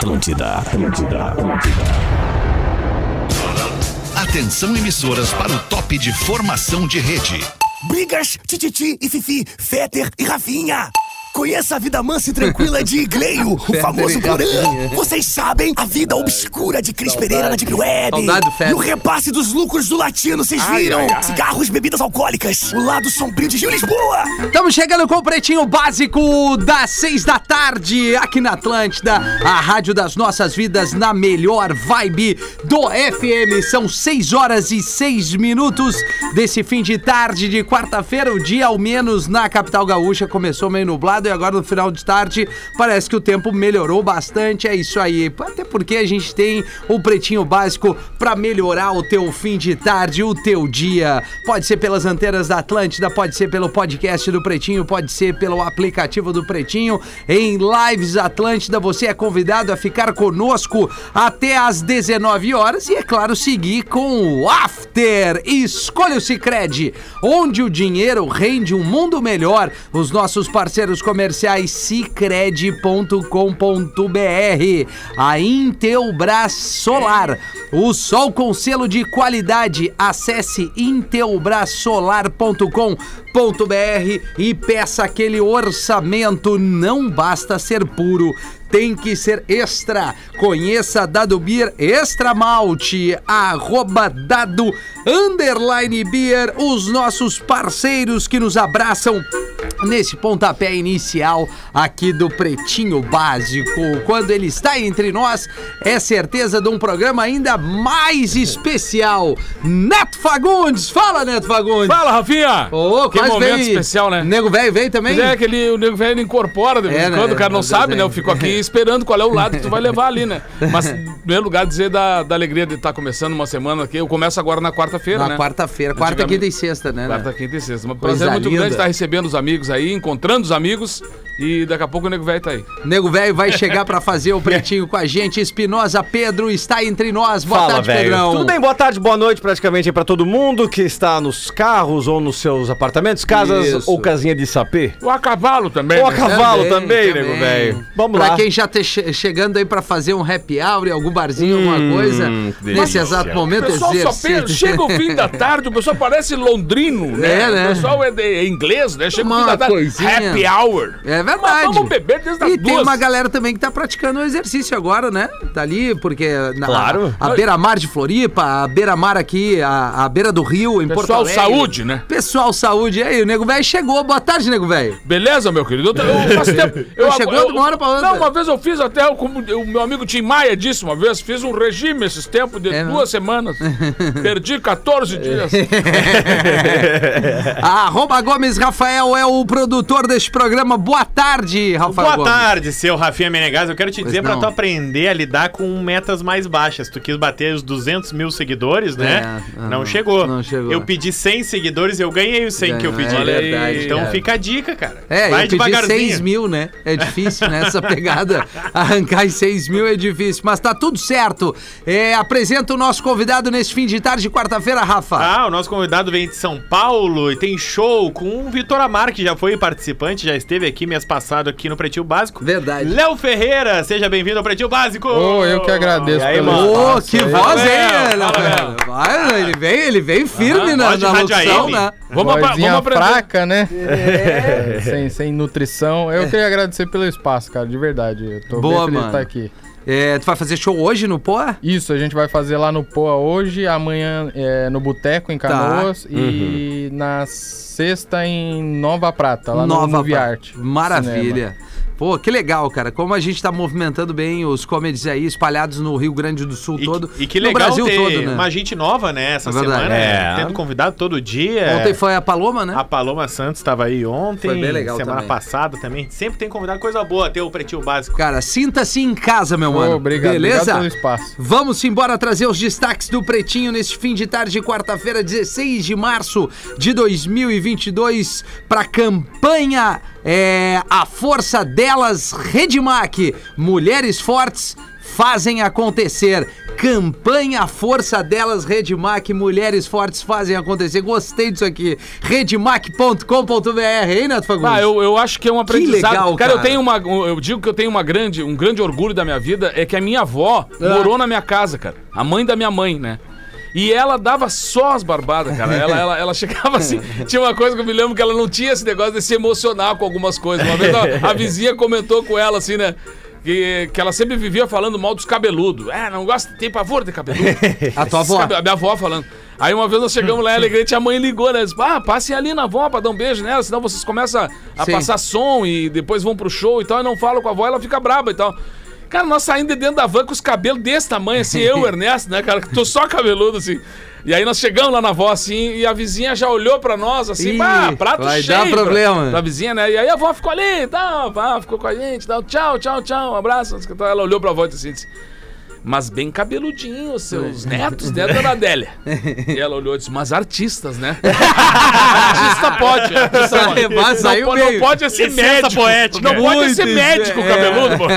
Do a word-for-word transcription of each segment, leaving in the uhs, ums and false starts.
Atlântida, Atlântida, Atlântida. Atenção, emissoras, para o top de formação de rede. Brigas, Tititi e Fifi, Fetter e Rafinha. Conheça a vida mansa e tranquila de Igleio, o famoso Porã. Vocês sabem a vida obscura de Cris Saudade. Pereira na Deep Web. Saudade do Fetter. E o repasse dos lucros do Latino, vocês viram? Ai, ai, ai. Cigarros, bebidas alcoólicas. O lado sombrio de Rio Lisboa. Estamos chegando com o Pretinho Básico das seis da tarde, aqui na Atlântida, a rádio das nossas vidas, na melhor vibe do F M. São seis horas e seis minutos desse fim de tarde de quarta-feira. O dia, ao menos na capital gaúcha, começou meio nublado e agora no final de tarde parece que o tempo melhorou bastante. É isso aí, até porque a gente tem o Pretinho Básico para melhorar o teu fim de tarde, o teu dia. Pode ser pelas antenas da Atlântida, pode ser pelo podcast do Pretinho, pode ser pelo aplicativo do Pretinho. Em Lives Atlântida, você é convidado a ficar conosco até às dezenove horas e, é claro, seguir com o After. Escolha o Sicredi, onde o dinheiro rende um mundo melhor. Os nossos parceiros comerciais sicredi ponto com ponto br. A Intelbras Solar, o sol com selo de qualidade. Acesse intelbras solar ponto com ponto br e peça aquele orçamento. Não basta ser puro, tem que ser extra. Conheça Dado Beer Extra Malte, arroba Dado Underline Beer, os nossos parceiros que nos abraçam nesse pontapé inicial aqui do Pretinho Básico. Quando ele está entre nós, é certeza de um programa ainda mais especial. Neto Fagundes, fala, Neto Fagundes. Fala, Rafinha. Oh, que momento veio... especial, né? O Nego Velho veio também? Mas é que ele, o Nego Velho incorpora de vez em é, quando, né? o cara não Meu sabe, Deus, né? é. Eu fico aqui esperando qual é o lado que tu vai levar ali, né? Mas, em primeiro lugar, dizer da, da alegria de estar começando uma semana aqui. Eu começo agora na quarta-feira, na né? Na quarta-feira, quarta, quinta e sexta, né? Quarta, quinta e sexta. Um Coisa prazer muito linda. grande estar recebendo os amigos aí, encontrando os amigos. E daqui a pouco o Nego Velho tá aí. Nego Velho vai chegar pra fazer o Pretinho com a gente. Espinosa Pedro está entre nós. Boa Fala, tarde, véio. Pedrão. Tudo bem? Boa tarde, boa noite praticamente aí pra todo mundo que está nos carros ou nos seus apartamentos, casas Isso. ou casinha de sapê. Ou a cavalo também. Ou a né? cavalo Também, também, também. Nego Velho. Vamos pra lá. quem já tá che- chegando aí pra fazer um happy hour em algum barzinho, Hum, alguma coisa, delícia. nesse exato momento, O pessoal só exercício. pensa, chega o fim da tarde, o pessoal parece londrino, né? É, né? O pessoal é, de, é inglês, né? Chega o fim Uma da tarde, coisinha. happy hour. É verdade. Mas vamos beber desde as E duas. tem uma galera também que tá praticando o exercício agora, né? Tá ali, porque na, Claro. a, a beira-mar de Floripa, a beira-mar aqui, a, a beira do Rio, em Porto Pessoal Alegre. saúde, né? Pessoal saúde. E aí, o Nego Velho chegou. Boa tarde, Nego Velho. Beleza, meu querido? Eu, eu faço tempo. Eu, Chegou de uma hora pra outra. Não, uma vez eu fiz até, como o meu amigo Tim Maia disse uma vez, fiz um regime esses tempos de É, duas semanas. Perdi quatorze dias. Arroba Gomes Rafael é o produtor deste programa. Boa tarde, Rafael Boa Gomes. tarde, seu Rafinha Menegas. Eu quero te dizer pra não. tu aprender a lidar com metas mais baixas. Tu quis bater os duzentos mil seguidores, né? É, não, não, chegou. não chegou. Eu pedi cem seguidores e eu ganhei os cem que eu Ganhou, pedi. é verdade, então cara. fica a dica, cara. É, Vai eu pedi devagarzinho. seis mil, né? É difícil, né? Essa pegada. Arrancar em seis mil é difícil, mas tá tudo certo. É, apresenta o nosso convidado nesse fim de tarde de quarta-feira, Rafa. Ah, o nosso convidado vem de São Paulo e tem show com o Vitor Amar, que já foi participante, já esteve aqui mês passado aqui no Pretinho Básico. Verdade. Léo Ferreira, seja bem-vindo ao Pretinho Básico. Ô, eu que agradeço E aí, pelo mano? Ô, espaço que aí. voz, hein, Léo, Léo? fala, Léo. Vai, ele vem, ele vem firme Ah, na, voz de na rádio locução, A M. né? Vamos, apra- Vozinha vamos aprender. fraca, né? sem, sem nutrição. Eu queria agradecer pelo espaço, cara, de verdade. Eu tô Boa, bem feliz mano. de estar aqui. É, tu vai fazer show hoje no Poa? Isso, a gente vai fazer lá no Poa hoje, amanhã é, no Boteco, em Canoas, e na sexta em Nova Prata, lá Nova no Movie Prata. Art. Maravilha. Cinema. Pô, que legal, cara. Como a gente tá movimentando bem os comedies aí, espalhados no Rio Grande do Sul E, todo. e que no legal Brasil ter todo, né? uma gente nova, né, essa É verdade. semana, É. tendo convidado todo dia. Ontem foi a Paloma, né? A Paloma Santos estava aí ontem, Foi bem legal semana também. passada também. Sempre tem convidado coisa boa, ter o Pretinho Básico. Cara, sinta-se em casa, meu Ô, mano. obrigado, Beleza? obrigado pelo espaço. Vamos embora trazer os destaques do Pretinho nesse fim de tarde de quarta-feira, dezesseis de março de dois mil e vinte e dois, para campanha é, A Força Delas Redmac. Mulheres fortes fazem acontecer. Campanha Força Delas, Redmac, Mulheres Fortes fazem acontecer. Gostei disso aqui. redmac ponto com ponto b r, hein, Neto Fagundes? Ah, eu, eu acho que é um aprendizado. legal, cara, cara. eu tenho uma. Eu digo que eu tenho uma grande, um grande orgulho da minha vida, é que a minha avó Ah. morou na minha casa, cara. A mãe da minha mãe, né? E ela dava só as barbadas, cara. Ela, ela, ela chegava assim. Tinha uma coisa que eu me lembro que ela não tinha esse negócio de se emocionar com algumas coisas. Uma vez a, a vizinha comentou com ela assim, né? Que, que ela sempre vivia falando mal dos cabeludos. É, não gosta, tem pavor de cabeludo. A tua avó? A minha avó falando. Aí uma vez nós chegamos lá em Alegrete, a mãe ligou, né? Disse, ah, passem ali na avó pra dar um beijo nela, senão vocês começam a, a Sim. passar som e depois vão pro show e tal, e não falam com a avó, ela fica braba e tal. Cara, nós saindo de dentro da van com os cabelos desse tamanho, assim, eu, o Ernesto, né, cara, que tô só cabeludo, assim. E aí nós chegamos lá na avó, assim, e a vizinha já olhou pra nós, assim, Ih, ah, prato vai cheio. dar problema. Pra, pra vizinha, né? E aí a avó ficou ali e tal, pá, ficou com a gente, tal, tchau, tchau, tchau, um abraço. Ela olhou pra avó e disse assim, mas bem cabeludinho, seus netos, né, dona Adélia? E ela olhou e disse, mas artistas, né? Artista pode, artista pode. Mas saiu Não, bem. não pode ser Licença médico. poética. Não pode Muito ser médico é. cabeludo, pô.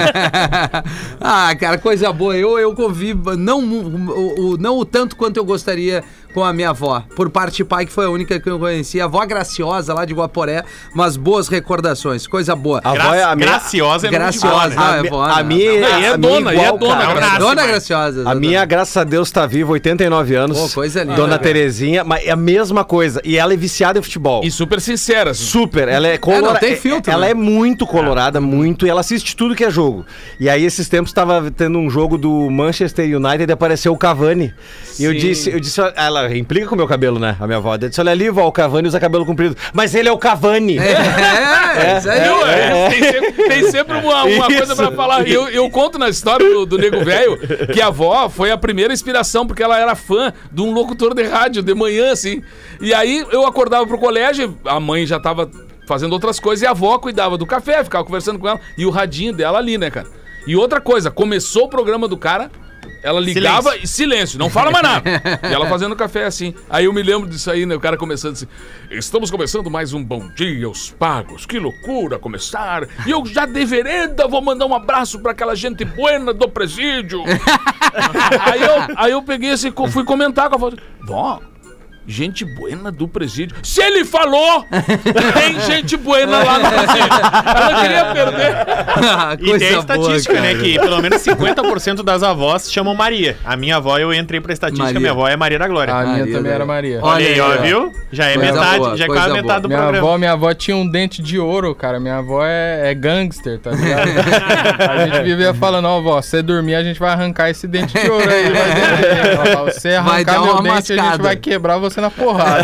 Ah, cara, coisa boa. Eu, eu convivo, não, o, o- não o tanto quanto eu gostaria com a minha avó. Por parte de pai, que foi a única que eu conheci. A avó graciosa lá de Guaporé, mas boas recordações. Coisa boa. A avó é a minha... Graciosa é nome de Graciosa, vó, não, né? é mi- vó, a né? minha, Não, e é a minha dona, e é igual, dona, cara. cara. Dona mas- Graciosa. A minha, graças a Deus, tá viva, oitenta e nove anos. Pô, coisa linda, Dona cara. Terezinha, mas é a mesma coisa. E ela é viciada em futebol. E super sincera, assim. Super, ela é colorada. não tem filtro, Ela né? é muito colorada, muito, e ela assiste tudo que é jogo. E aí, esses tempos, tava tendo um jogo do Manchester United e apareceu o Cavani. E eu Sim. disse, eu disse, ela implica com o meu cabelo, né? A minha avó. Eu disse, olha ali, vó, o Cavani usa cabelo comprido. Mas ele é o Cavani. É, é, isso aí. Viu? É, Tem sempre, tem sempre uma, uma coisa pra falar. E Eu, eu conto na história do, do Nego Velho que a avó foi a primeira inspiração, porque ela era fã de um locutor de rádio de manhã, assim. E aí eu acordava pro colégio, a mãe já tava fazendo outras coisas e a avó cuidava do café, ficava conversando com ela e o radinho dela ali, né, cara? E outra coisa, começou o programa do cara, ela ligava Silêncio. e silêncio, não fala mais nada. E ela fazendo café assim. Aí eu me lembro disso aí, né? O cara começando assim. Estamos começando mais um Bom Dia aos Pagos. Que loucura começar. E eu já de vereda vou mandar um abraço pra aquela gente buena do presídio. aí, eu, aí eu peguei assim, co- fui comentar com a avó. Vó, gente buena do presídio. Se ele falou, tem gente buena lá no presídio. Ela queria perder. E tem a estatística, né? Que pelo menos cinquenta por cento das avós chamam Maria. A minha avó, eu entrei pra estatística, Maria. minha avó é Maria da Glória. A minha Maria, também né? era Maria. Olha aí, ó, Olha aí, ó. viu? Já é Coisa metade, boa, já é coisa quase boa. metade do Minha programa. avó, minha avó tinha um dente de ouro, cara. Minha avó é, é gangster, tá ligado? A gente vivia falando, ó, vó, você dormir, a gente vai arrancar esse dente de ouro aí. Vai dormir. Ela fala, você Vai dar arrancar meu uma dente, a mascada. gente vai quebrar você na porrada.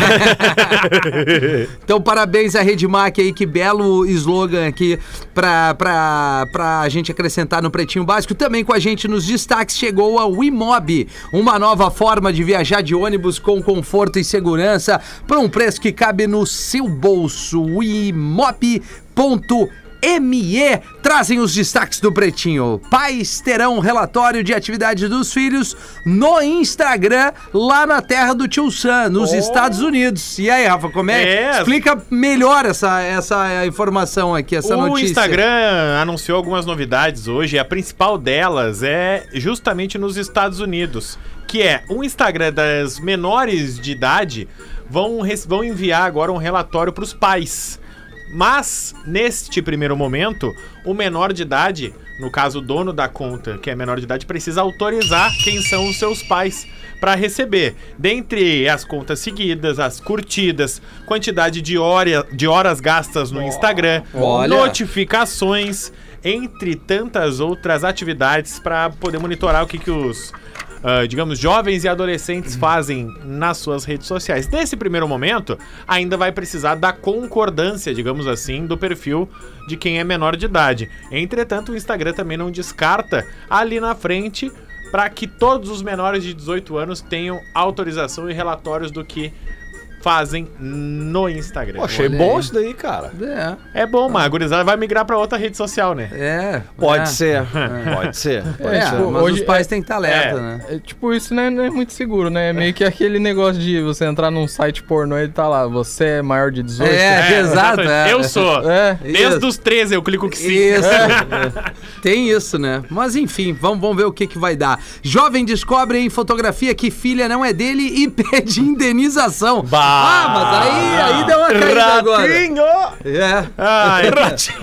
Então, parabéns à Redmac aí, que belo slogan aqui pra, pra, pra gente acrescentar no Pretinho Básico. Também com a gente nos destaques chegou a Wimob, uma nova forma de viajar de ônibus com conforto e segurança por um preço que cabe no seu bolso. wimob ponto M E trazem os destaques do Pretinho. Pais terão relatório de atividade dos filhos no Instagram, lá na terra do Tio Sam, nos Estados Unidos. E aí, Rafa, como é? É. Explica melhor essa, essa informação aqui, essa O notícia. Instagram anunciou algumas novidades hoje, e a principal delas é justamente nos Estados Unidos, que é o Instagram das menores de idade vão, res- vão enviar agora um relatório para os pais. Mas, neste primeiro momento, o menor de idade, no caso o dono da conta, que é menor de idade, precisa autorizar quem são os seus pais para receber. Dentre as contas seguidas, as curtidas, quantidade de, hora, de horas gastas no Instagram, Olha. notificações, entre tantas outras atividades para poder monitorar o que, que os... Uh, digamos, jovens e adolescentes fazem nas suas redes sociais. Nesse primeiro momento, ainda vai precisar da concordância, digamos assim, do perfil de quem é menor de idade. Entretanto, o Instagram também não descarta ali na frente para que todos os menores de dezoito anos tenham autorização e relatórios do que fazem no Instagram. Pô, achei Olha bom aí. isso daí, cara. É, É bom, mas a gurizada vai migrar para outra rede social, né? é. Pode é. ser, pode ser. Pode É, ser. tipo, mas hoje os pais é- têm que estar alerta, é. né? É, tipo, isso não é, não é muito seguro, né? É meio que aquele negócio de você entrar num site pornô e tá lá, você é maior de dezoito. É, exato. exatamente. é. Eu sou. É. Desde Isso. os treze eu clico que sim. Isso. Tem isso, né? Mas enfim, vamos, vamos ver o que, que vai dar. Jovem descobre em fotografia que filha não é dele e pede indenização. Bah. Ah, mas aí, aí deu uma caída agora. É. Ai, ratinho.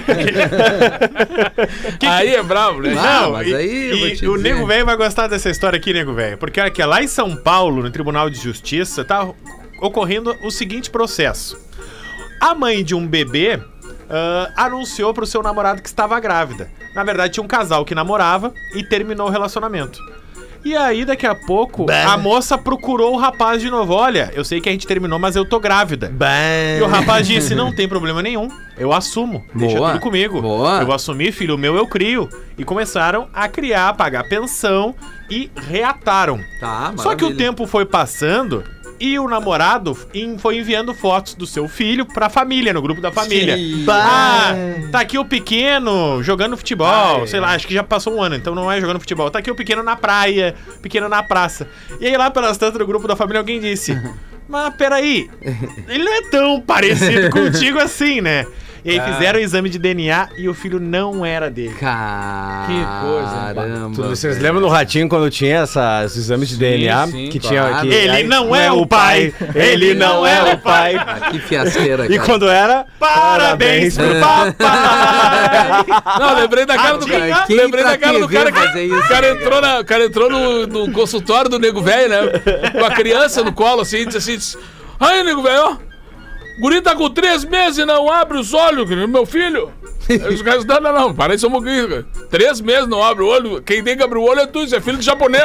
Aí é bravo, né? Ah, Não, mas e, aí eu vou e te o dizer. Nego Velho vai gostar dessa história aqui, Nego Velho. Porque olha aqui, lá em São Paulo, no Tribunal de Justiça, tá ocorrendo o seguinte processo. A mãe de um bebê uh, anunciou pro seu namorado que estava grávida. Na verdade, tinha um casal que namorava e terminou o relacionamento. E aí, daqui a pouco, Bah. a moça procurou o rapaz de novo. Olha, eu sei que a gente terminou, mas eu tô grávida. E o rapaz disse, não tem problema nenhum, eu assumo, deixa Boa, tudo comigo. boa. Eu vou assumir, filho meu eu crio. E começaram a criar, pagar pensão e reataram. Tá, Só que o maravilha. tempo foi passando e o namorado em- foi enviando fotos do seu filho pra família, no grupo da família. Sim. Ah, tá aqui o pequeno jogando futebol, sei lá, acho que já passou um ano, então não é jogando futebol. Tá aqui o pequeno na praia, pequeno na praça. E aí lá pelas tantas do grupo da família alguém disse, mas peraí, ele não é tão parecido contigo assim, né? E aí fizeram o exame de D N A e o filho não era dele. Caramba. Que coisa, Tu- Vocês lembram no Ratinho quando tinha essa, esses exames de D N A? sim, que claro. tinha que, Ele aí, não é o pai, ele não é o pai. Ah, que fiasqueira, cara. E quando era? Parabéns pro papai! Não, lembrei da cara do Ratinho, cara. quem Lembrei pra da cara do T V cara que fazer isso, o cara né, entrou, na, o cara entrou no, no consultório do Nego Velho, né? Com a criança no colo, assim, disse assim: disse, aí, Nego Velho, ó, guri tá com três meses e não abre os olhos, meu filho. Aí os caras, não, não, não, para aí só um pouquinho, cara. Três meses não abre o olho. Quem tem que abrir o olho é tu, isso é filho de japonês.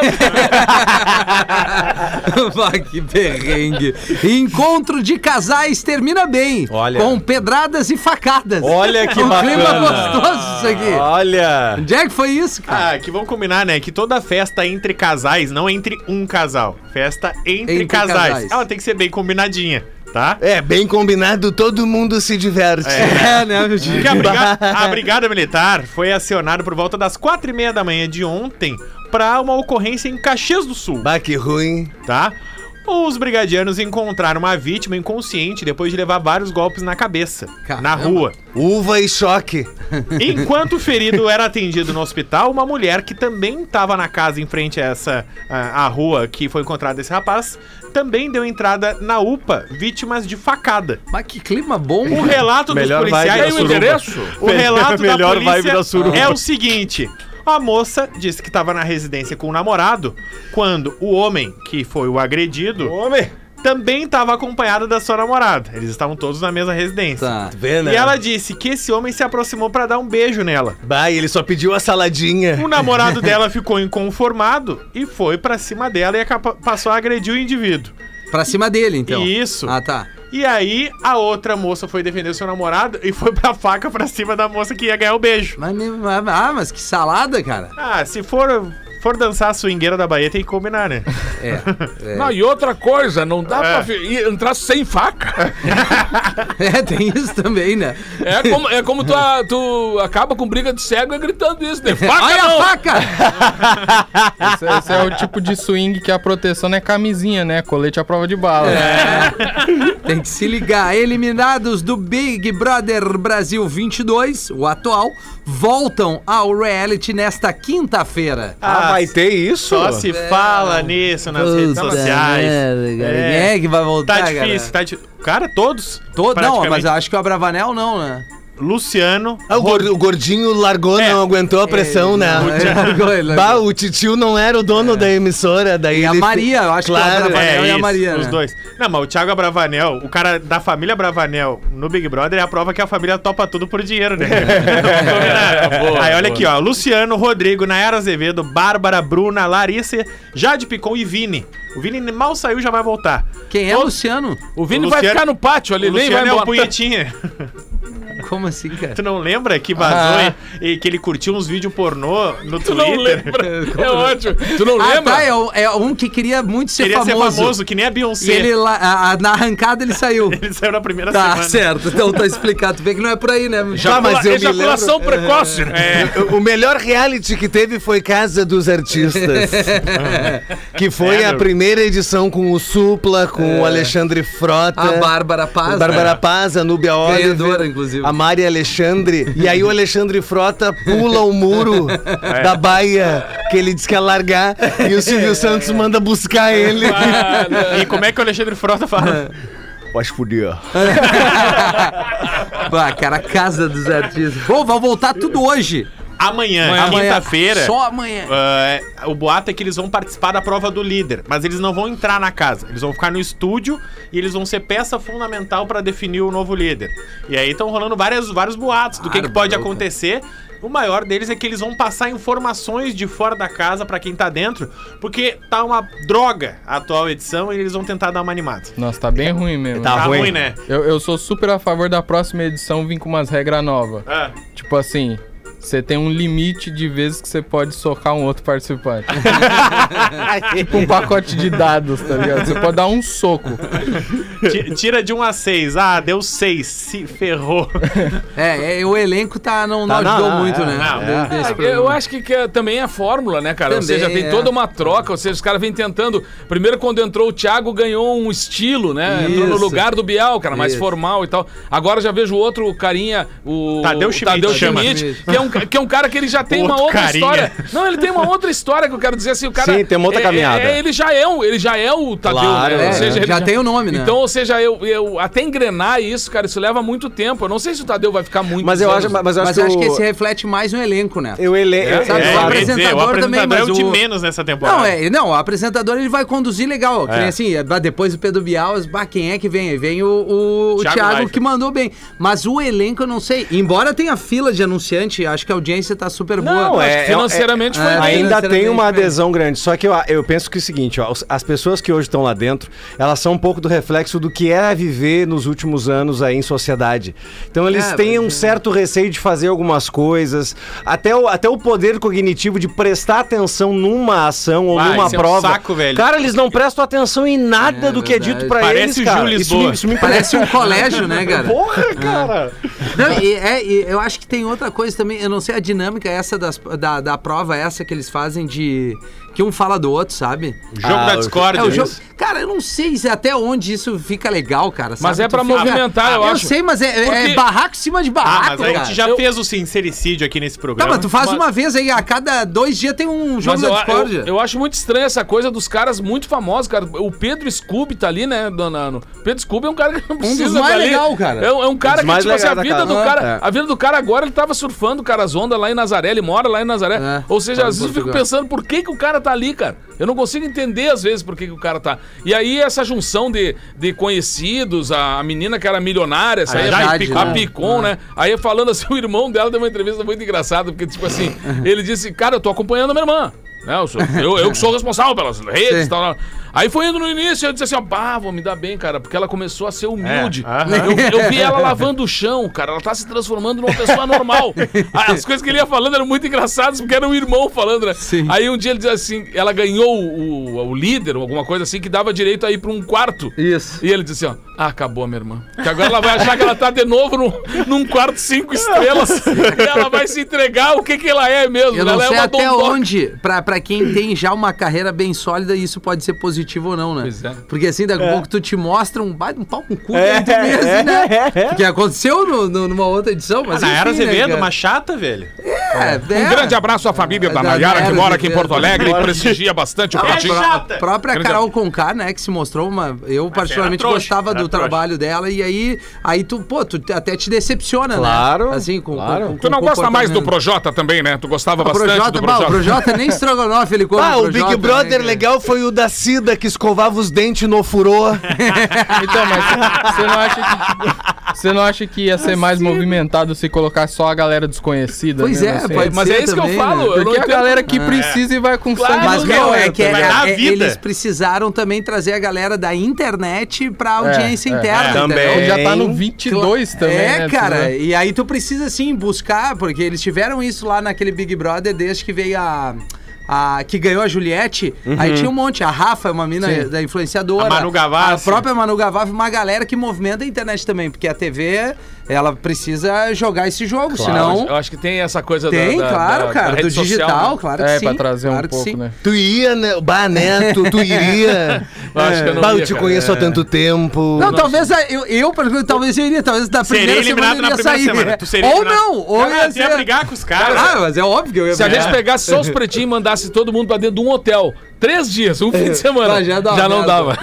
Vá, que perrengue. Encontro de casais termina bem. Olha. Com pedradas e facadas. Olha que um bacana. clima gostoso isso aqui. Olha! Onde é que foi isso, cara? Ah, que vamos combinar, né? Que toda festa entre casais, não entre um casal. Festa entre, Entre casais. casais. Ela tem que ser bem combinadinha, tá? É, bem combinado, todo mundo se diverte. É, né, meu Porque a, briga- a Brigada Militar foi acionada por volta das quatro e meia da manhã de ontem para uma ocorrência em Caxias do Sul, Bah, que ruim. tá? Os brigadianos encontraram uma vítima inconsciente depois de levar vários golpes na cabeça, Caramba. na rua. Uva e choque. Enquanto o ferido era atendido no hospital, uma mulher que também estava na casa em frente a essa a, a rua que foi encontrada esse rapaz, também deu entrada na U P A, vítimas de facada. Mas que clima bom. O relato dos Melhor policiais... vibe da Tem o suruba. endereço? O relato da Melhor vibe polícia da suruba. é o seguinte: a moça disse que estava na residência com o namorado quando o homem, que foi o agredido, Homem! também estava acompanhado da sua namorada. Eles estavam todos na mesma residência. Tá. Vê, né? E ela disse que esse homem se aproximou para dar um beijo nela. Bah, e ele só pediu a saladinha. O namorado dela ficou inconformado e foi pra cima dela e acaba- passou a agredir o indivíduo. Pra cima dele, então. Isso. Ah, tá. E aí, a outra moça foi defender o seu namorado e foi pra faca pra cima da moça que ia ganhar o beijo. Mas, me- ah, mas que salada, cara. Ah, se for, for dançar a swingueira da Bahia, tem que combinar, né? É. é. Não, e outra coisa, não dá É. pra fi- ir- entrar sem faca. É, tem isso também, né? É como, é como tu, a- tu acaba com briga de cego e gritando isso. De faca Olha não! a faca! Esse, esse é o tipo de swing que a proteção não é camisinha, né? Colete à prova de bala. Tem que se ligar. Eliminados do Big Brother Brasil vinte e dois, o atual, voltam ao reality nesta quinta-feira. Ah, vai ter isso? Só se fala nisso nas redes Puta sociais. merda, cara. É. Quem é que vai voltar, Tá difícil, tá difícil. Cara, todos. Todo, não, praticamente. mas eu acho que o Abravanel não, né? Luciano. Ah, o, gor- o gordinho largou, É. não aguentou a pressão, né? É. Bah, o titio não era o dono da emissora, daí E a ele... Maria, eu acho que Claro, o Abravanel É, e a isso, Maria, os né? dois. Não, mas o Thiago Abravanel, o cara da família Abravanel no Big Brother é a prova que a família topa tudo por dinheiro, né? Vamos combinar. Boa, Aí olha boa. aqui, ó. Luciano, Rodrigo, Nayara Azevedo, Bárbara, Bruna, Larissa, Jade Picon e Vini. O Vini mal saiu, já vai voltar. Quem é o Todos- Luciano? O Vini O vai Luciano- ficar no pátio ali, O nem vai Luciano é o embora. punhetinha. Como assim, cara? Tu não lembra que vazou Ah. e, e que ele curtiu uns vídeos pornô no Tu Twitter? não lembra? É ótimo. Tu não Ah, lembra? tá, é, o- é um que queria muito ser Queria famoso. ser famoso, que nem a E Beyoncé. ele, lá, a- a- na arrancada, ele saiu. Ele saiu na primeira Tá, semana. certo. Então tá explicado. Tu vê que não é por aí, né? Ejacula- mas eu me ejaculação precoce. né? É, O melhor reality que teve foi Casa dos Artistas. que foi É, a meu. primeira edição com o Supla, com o Alexandre Frota. A Bárbara Paz. Bárbara né? Paz, a Núbia Oliver. Ganhadora, inclusive. A Mari e Alexandre, e aí o Alexandre Frota pula o muro da baia que ele disse que ia largar, e o Silvio Santos manda buscar ele. E como é que o Alexandre Frota fala? Pode fuder. Bah, cara, a casa dos artistas. Bom, vai voltar tudo hoje. Amanhã, Amanhã. quinta-feira. Só amanhã. Uh, o boato é que eles vão participar da prova do líder, mas eles não vão entrar na casa. Eles vão ficar no estúdio e eles vão ser peça fundamental pra definir o novo líder. E aí estão rolando várias, vários boatos do que, que pode acontecer. O maior deles é que eles vão passar informações de fora da casa pra quem tá dentro, porque tá uma droga a atual edição e eles vão tentar dar uma animada. Nossa, tá bem ruim mesmo. Tá Tá ruim. ruim, né? Eu, eu sou super a favor da próxima edição vir com umas regras novas. Ah. Tipo assim, você tem um limite de vezes que você pode socar um outro participante. Tipo um pacote de dados, tá ligado? Você pode dar um soco. Ti- Tira de um a seis. Ah, deu seis. Se ferrou. É, é, o elenco tá, não, não Tá, ajudou não, muito, é, né? não, De- é. desse Eu programa. acho que, que é- também é fórmula, né, cara? ou Também, seja, tem é. toda uma troca, ou seja, os caras vêm tentando. Primeiro, quando entrou o Thiago, ganhou um estilo, né? Entrou no Isso. lugar do Bial, cara, mais Isso. formal e tal. Agora já vejo outro carinha, o Tadeu Schmidt, Tadeu chama. Schmidt, que é, um, que é um cara que ele já tem uma Outro outra carinha. história. Não, ele tem uma outra história que eu quero dizer assim, o cara. Sim, tem uma outra é- caminhada. é- ele já é um, ele já é o Tadeu, Claro, né? é, Ou seja, ele já tem o nome, né? Então, ou seja, eu, eu até engrenar isso, cara, isso leva muito tempo. Eu não sei se o Tadeu vai ficar muito. Mas eu acho, mas eu acho Mas que, eu acho que o- esse reflete mais no elenco, né? eu ele... É, eu- sabe, É, o eu ia apresentador dizer, o apresentador também, é mas o de o- menos nessa temporada. Não, é, não, o apresentador ele vai conduzir legal. Que É. nem assim, bah, depois do Pedro Bial, bah, quem é que vem? Aí vem o, o, o Thiago Thiago Leifert. que mandou bem. Mas o elenco eu não sei. Embora tenha fila de anunciante, acho que a audiência tá super boa. Não, Acho que é- financeiramente é- foi é- bem. Ainda financeiramente, tem uma bem. adesão grande, só que eu, eu penso que é o seguinte, ó, os- as pessoas que hoje estão lá dentro, elas são um pouco do reflexo do que é viver nos últimos anos aí em sociedade. Então eles É, têm mas um é. certo receio de fazer algumas coisas, até o, até o poder cognitivo de prestar atenção numa ação ou Ah, numa isso é um prova. saco, velho. Cara, eles não prestam atenção em nada É do que é verdade. dito pra Parece eles, o cara. Gil Isso Lisboa. me, isso me Parece um colégio, né, cara? Porra, cara. Não, e, é, e eu acho que tem outra coisa também, eu não sei a dinâmica essa das, da, da prova, essa que eles fazem de... Que um fala do outro, sabe? O jogo Ah, da o- Discord. É, o jogo... isso. Cara, eu não sei se até onde isso fica legal, cara. Mas sabe? é pra Tu fica- movimentar, eu eu acho. sei, mas é, é Porque- barraco em cima de Ah, barraco, mas a cara. gente já Eu- fez o sincericídio aqui nesse Tá, programa. mas tu faz Mas- uma vez aí, a cada dois dias tem um jogo Mas da eu, Discord. eu, eu acho muito estranho essa coisa dos caras muito famosos, cara. O Pedro Scooby tá ali, né, dona? No... Pedro Scooby é um cara que não precisa dos tá mais ali. legal, cara. É, um- é um cara dos que, mais tipo assim, a legais da vida casa. do cara. É. A vida do cara agora, ele tava surfando, cara, as ondas lá em Nazaré, ele mora lá em Nazaré. É, Ou seja, mora em às vezes eu fico Portugal. pensando por que, que o cara tá ali, cara. Eu não consigo entender, às vezes, por que, que o cara tá. E aí, essa junção de, de conhecidos, a, a menina que era milionária, essa A aí, Jade, a Picon, a né? Picon, né? Aí falando assim, o irmão dela deu uma entrevista muito engraçada, porque, tipo assim, ele disse, cara, eu tô acompanhando a minha irmã. Né, eu, sou, eu, eu que sou responsável pelas redes e Sim. tal. Aí foi indo no início, eu disse assim, ó, pá, vou me dar bem, cara, porque ela começou a ser humilde. É, aham. eu, eu vi ela lavando o chão, cara, ela tá se transformando numa pessoa normal. As coisas que ele ia falando eram muito engraçadas, porque era um irmão falando, né? Sim. Aí um dia ele dizia assim, ela ganhou o, o, o líder, ou alguma coisa assim, que dava direito a ir pra um quarto. Isso. E ele disse assim, ó, ah, acabou, minha irmã. Que agora ela vai achar que ela tá de novo num, num quarto cinco estrelas e ela vai se entregar o que que ela é mesmo. Eu não ela sei é uma até dondoca. onde, pra, pra quem tem já uma carreira bem sólida, isso pode ser positivo ou não, né? Pois é. Porque assim, daqui a pouco tu te mostra um baita um pau com cu É, dentro mesmo, é, né? é, é. Porque aconteceu no, no- numa outra edição, mas Na Era enfim, né, Azevedo, cara? uma chata, velho. É, Um é. grande abraço à família da Da Nayara, que Nayara mora aqui em Azevedo. Porto Alegre e prestigia bastante o Ah, a Pretinho. pró- chata. a própria Grande Carol Conká, né, que se mostrou uma... Eu particularmente era trouxa, gostava era do trouxa. trabalho dela e aí, aí tu, pô, tu até te decepciona, Claro, né? Assim, com, claro. com, com Tu não com gosta mais do comportamento. Projota também, né? Tu gostava O bastante Projota, do bah, o Projota. Projota nem estrogonofe ele come. Ah, o Big Projota, Brother né, legal foi o da Cida que escovava os dentes no furô. Então, mas você não acha que você não acha que ia ser mais movimentado se colocar só a galera desconhecida? Pois mesmo é, assim? pode Mas ser é isso que eu também, falo. né? Eu não Porque a entendo- galera que precisa e vai com Claro, sangue Mas, no meu, olho, é que é- vai tá ligado? dar é- vida. eles precisaram também trazer a galera da internet pra audiência é, interna, é. entendeu? Também. Já tá no vinte e dois também, É, né? cara, Precisa- e aí tu precisa, assim, buscar, porque eles tiveram isso lá naquele Big Brother desde que veio a... a que ganhou a Juliette, aí tinha um monte, a Rafa, uma mina Sim. da influenciadora. A Manu Gavassi. A própria Manu Gavassi, uma galera que movimenta a internet também, porque a T V ela precisa jogar esse jogo, Claro, senão... eu acho que tem essa coisa da- Tem, da, claro, da- cara, da do rede social, digital, né? claro que É, sim. pra trazer claro um que pouco, sim. né? Tu ia, né? Bah, Neto, tu iria. Eu acho que eu não Bah, eu ia, te cara. conheço há tanto tempo. Não, talvez a- eu, eu, por exemplo, talvez eu iria, talvez da Seria primeira semana eliminado eu na iria primeira sair. semana. Tu seria Ou eliminado. não, ou Cara, ia tu ia ser... brigar com os caras. Ah, mas é óbvio que eu ia Se a brigar. gente pegasse só os pretinhos e mandasse todo mundo pra dentro de um hotel, três dias, um fim de semana, Ah, já, dá uma não merda. dava.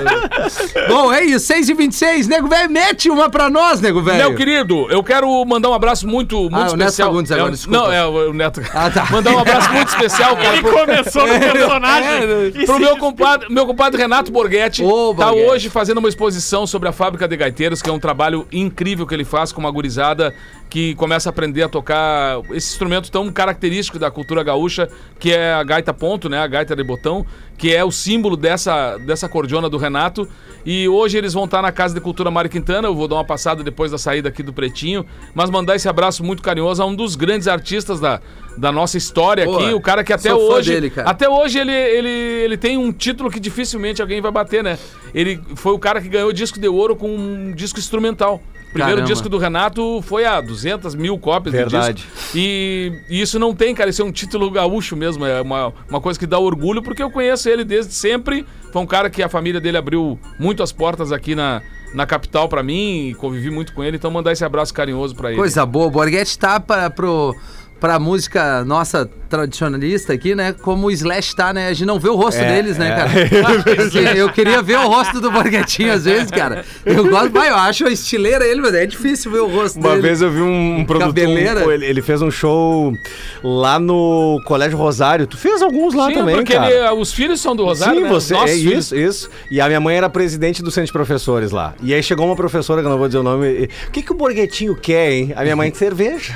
Bom, é isso, seis e vinte e seis, nego velho, mete uma pra nós, nego velho. Meu querido, eu quero mandar um abraço muito, muito Ah, o Neto especial. Fagundes agora, É o- desculpa. Não, é o o Neto. Ah, tá. Mandar um abraço muito especial, cara, Ele pro, começou no personagem. e pro se meu compadre, meu compadre Renato Borghetti. Ô, Tá Borghetti. hoje fazendo uma exposição sobre a fábrica de gaiteiros, que é um trabalho incrível que ele faz com uma gurizada que começa a aprender a tocar esse instrumento tão característico da cultura gaúcha, que é a gaita ponto, né? A gaita de botão, que é o símbolo dessa, dessa cordiona do Renato. E hoje eles vão estar na Casa de Cultura Mário Quintana. Eu vou dar uma passada depois da saída aqui do Pretinho, mas mandar esse abraço muito carinhoso a um dos grandes artistas da, da nossa história Pô, aqui, o cara que até sou fã hoje, dele, cara. até hoje ele, ele, ele tem um título que dificilmente alguém vai bater, né? Ele foi o cara que ganhou disco de ouro com um disco instrumental. O primeiro Caramba. disco do Renato foi a duzentas mil cópias Verdade. do disco. E, e isso não tem, cara, isso é um título gaúcho mesmo, é uma, uma coisa que dá orgulho, porque eu conheço ele desde sempre. Foi um cara que a família dele abriu muito as portas aqui na, na capital pra mim, e convivi muito com ele, então mandar esse abraço carinhoso pra ele. Coisa boa, o Borghetti tá pra, pro, pra música nossa tradicionalista aqui, né? Como o Slash tá, né? A gente não vê o rosto deles, né, cara? Porque eu queria ver o rosto do Borghetinho às vezes, cara. Eu gosto, vai, eu acho a estileira ele, mas é difícil ver o rosto Uma dele. vez eu vi um, um produtor, Cabeleira. um- ele, ele fez um show lá no Colégio Rosário. Tu fez alguns lá Sim, também, porque cara. ele- os filhos são do Rosário, Sim, né? você, Nossos é filhos. isso, isso. E a minha mãe era presidente do centro de professores lá. E aí chegou uma professora, que eu não vou dizer o nome, e, o que que o Borghetinho quer, hein? A minha mãe, cerveja.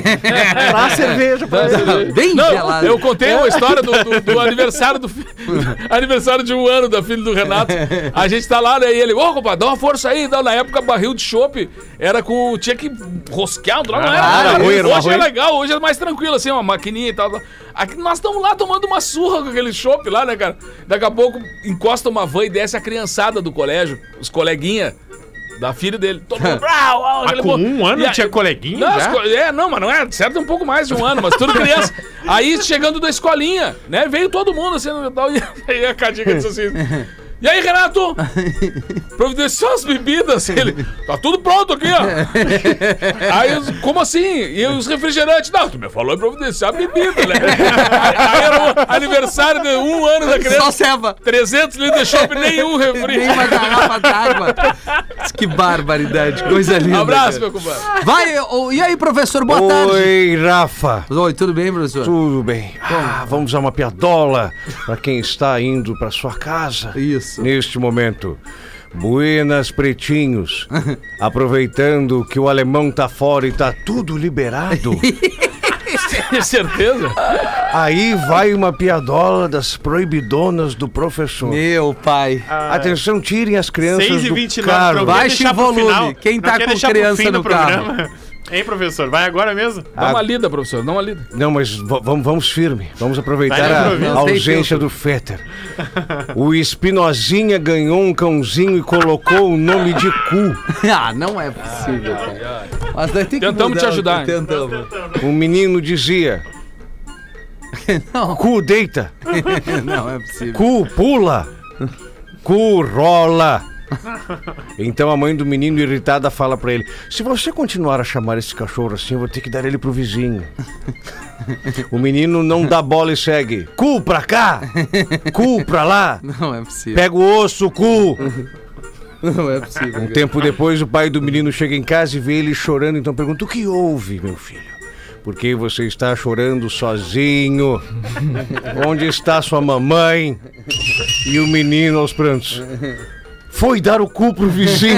Traz cerveja pra ele. Bem Não, gelado. eu contei uma história do, do- do aniversário do fi- aniversário de um ano da filha do Renato. A gente tá lá, né? E ele, ô, compadre, dá uma força aí. Então, na época, barril de chopp era com. Tinha que rosquear, não era? Ah, Era. era ruim, era uma Hoje é ruim. legal, hoje é mais tranquilo, assim, uma maquininha e tal. tal. Aqui nós estamos lá tomando uma surra com aquele chopp lá, né, cara? Daqui a pouco encosta uma van e desce a criançada do colégio, os coleguinha. Da filha dele. Todo mundo. Mas com um ano E a- tinha coleguinha Não, já? as co- é, não, mas não é. Certo, um pouco mais de um ano, mas tudo criança. Aí, chegando da escolinha, né? Veio todo mundo assim no Natal e aí a Cadiga disse assim. E aí, Renato? Providenciou as bebidas. Ele, tá tudo pronto aqui, ó. Aí, os- como assim? E os refrigerantes? Não, tu me falou em providenciar a bebida, né? Aí, aí era o aniversário de um ano da Só criança. ceva. trezentos litros de chopp, nenhum refri. Nem uma garrafa d'água. Que barbaridade, coisa linda. Abraço, cara. meu compadre. Vai, ô, e aí, professor, boa tarde. Oi, Rafa. Oi, tudo bem, professor? Tudo bem. Ah, vamos a uma piadola para quem está indo para sua casa. Isso. Neste momento. Buenas, pretinhos. Aproveitando que o alemão tá fora e tá tudo liberado. Tem certeza? Aí vai uma piadola das proibidonas do professor. Meu pai. Atenção, tirem as crianças seis e do vinte e nove, carro. não quer Baixe deixar o pro volume. final? Quem Não tá quer com deixar pro criança fim no do carro? programa? Hein, professor? Vai agora mesmo? Dá uma lida, professor, dá uma lida. Não, mas v- vamos, vamos firme. Vamos aproveitar Vai no a, improviso. a Não tem ausência do Fetter. O Espinozinha ganhou um cãozinho e colocou o nome de cu. Ah, não é possível, cara. Mas daí tem que Tentamos mudar, te ajudar, hein? Tentamos. O menino dizia: Não, cu deita, não é possível. cu pula, cu rola. Então a mãe do menino irritada fala pra ele: se você continuar a chamar esse cachorro assim, eu vou ter que dar ele pro vizinho. O menino não dá bola e segue: cu pra cá, cu pra lá, Não é possível. pega o osso, cu. Não é possível. Um tempo depois, o pai do menino chega em casa e vê ele chorando. Então pergunta: o que houve, meu filho? Por que você está chorando sozinho? Onde está sua mamãe? E o menino aos prantos: foi dar o cu pro vizinho.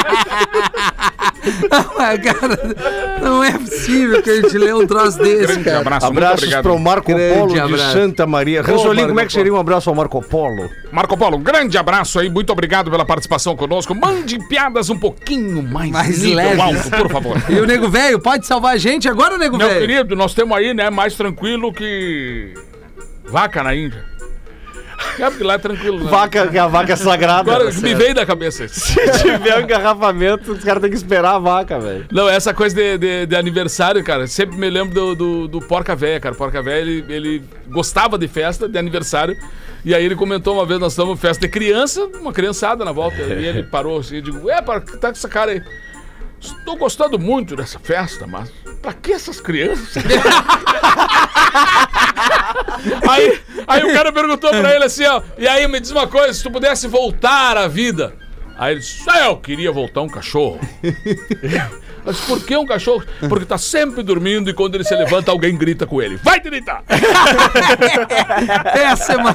Mas, cara, não é possível que a gente lê um troço desse, Grande cara. abraço, muito Abraços obrigado. para o Marco Grande Polo de abraço. Santa Maria. Ô, Ransolim, Marco como é que seria um abraço ao Marco Polo? Marco Polo, um grande abraço aí, muito obrigado pela participação conosco. Mande piadas um pouquinho mais, Mais nível leves. alto, por favor. E o Nego Velho, pode salvar a gente agora, Nego Meu Velho? querido, nós temos aí, né, mais tranquilo que vaca na Índia. É, porque lá é tranquilo, né? Vaca, que a vaca é sagrada. Agora tá me certo. veio da cabeça isso. Se tiver um engarrafamento, os caras têm que esperar a vaca, velho. Não, essa coisa de, de, de aniversário, cara, sempre me lembro do, do, do Porca Véia, cara. Porca Véia, ele, ele gostava de festa, de aniversário. E aí ele comentou uma vez, nós estamos em festa de criança, uma criançada na volta. E ele parou assim, eu digo, é, para, tá com essa cara aí. Estou gostando muito dessa festa, mas pra que essas crianças? aí, aí o cara perguntou pra ele assim, ó, e aí me diz uma coisa, se tu pudesse voltar à vida. Aí ele disse, ah, eu queria voltar um cachorro. Mas por que um cachorro? Porque tá sempre dormindo e quando ele se levanta, alguém grita com ele. Vai te deitar! Essa é uma...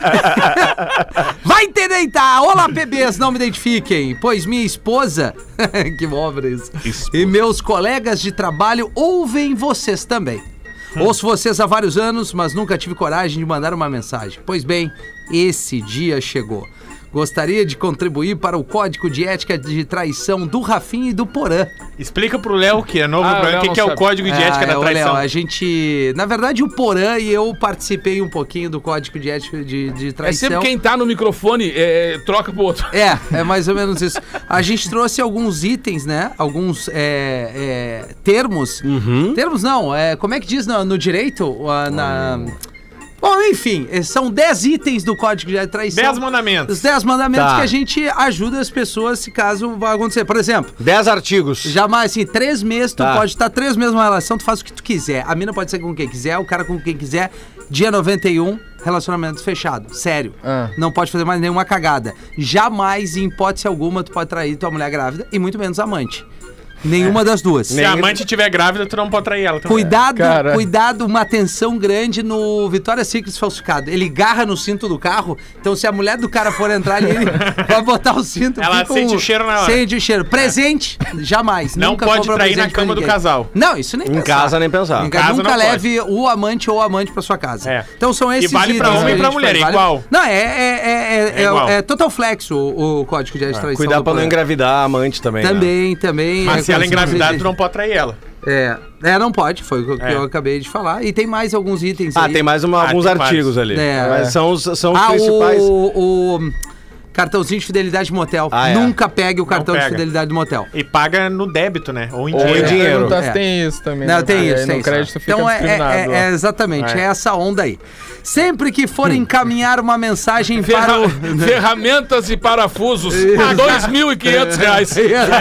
Vai te deitar! Olá, bebês, não me identifiquem, pois minha esposa... que obra isso. Esposa. E meus colegas de trabalho ouvem vocês também. Ouço vocês há vários anos, mas nunca tive coragem de mandar uma mensagem. Pois bem, esse dia chegou. Gostaria de contribuir para o código de ética de traição do Rafinha e do Porã. Explica pro Léo, que é novo Ah, o programa, Léo o que, não que é o sabe. código de ética Ah, da ô, traição. Léo, a gente... Na verdade, o Porã e eu participei um pouquinho do código de ética de, de É traição. sempre quem tá no microfone, é, troca pro outro. É, é mais ou menos isso. A gente trouxe alguns itens, né? Alguns é, é, termos. Termos não, é, como é que diz no, no direito? Ah, na... Bom, enfim, são dez itens do Código de Traição. Dez mandamentos. Os dez mandamentos Tá. que a gente ajuda as pessoas se caso vá acontecer. Por exemplo, Dez artigos. jamais, assim, três meses, tu Tá. pode estar três meses numa relação, tu faz o que tu quiser. A mina pode ser com quem quiser, o cara com quem quiser. Dia noventa e um, relacionamento fechado. Sério. Ah. Não pode fazer mais nenhuma cagada. Jamais, em hipótese alguma, tu pode trair tua mulher grávida e muito menos amante. Nenhuma das duas. Se a amante estiver grávida, tu não pode trair ela também. Cuidado, Cara. cuidado, uma atenção grande no Victoria's Secret falsificado. Ele garra no cinto do carro, então se a mulher do cara for entrar ali, ele vai botar o cinto. Ela fica sente o cheiro na hora. Sente o cheiro. Presente, jamais. Não Nunca pode compra trair na presente pra cama do ninguém. casal. Não, isso nem Em pensar. casa, nem pensar. Em Em casa nunca não pode. leve o amante ou a amante pra sua casa. É. Então são esses vale pra itens homem que e a pra gente mulher, faz. é igual. Não, é, é, é, é, É igual. é, é total flex o, o código de traição. Cuidar do pra não Porã. engravidar a amante também. né? Também, também. Mas é se ela como engravidar, você- tu não pode trair ela. É, é, não pode, foi o que É. eu acabei de falar. E tem mais alguns itens Ah, aí. tem mais uma- Ah, alguns tem artigos vários. ali. É. Mas são os, são os Ah, principais. o, o cartãozinho de fidelidade de motel. Ah, é. Nunca pegue o cartão de pega. fidelidade do motel. E paga no débito, né? Ou em Ou em dinheiro. dinheiro. Perguntar É. se tem isso também. Não, né? tem Porque isso, aí tem no isso. crédito fica Então é, discriminado. é, é, é exatamente, É. é essa onda aí. Sempre que for encaminhar uma mensagem para o... Ferra- Ferramentas e parafusos, dois mil e quinhentos reais.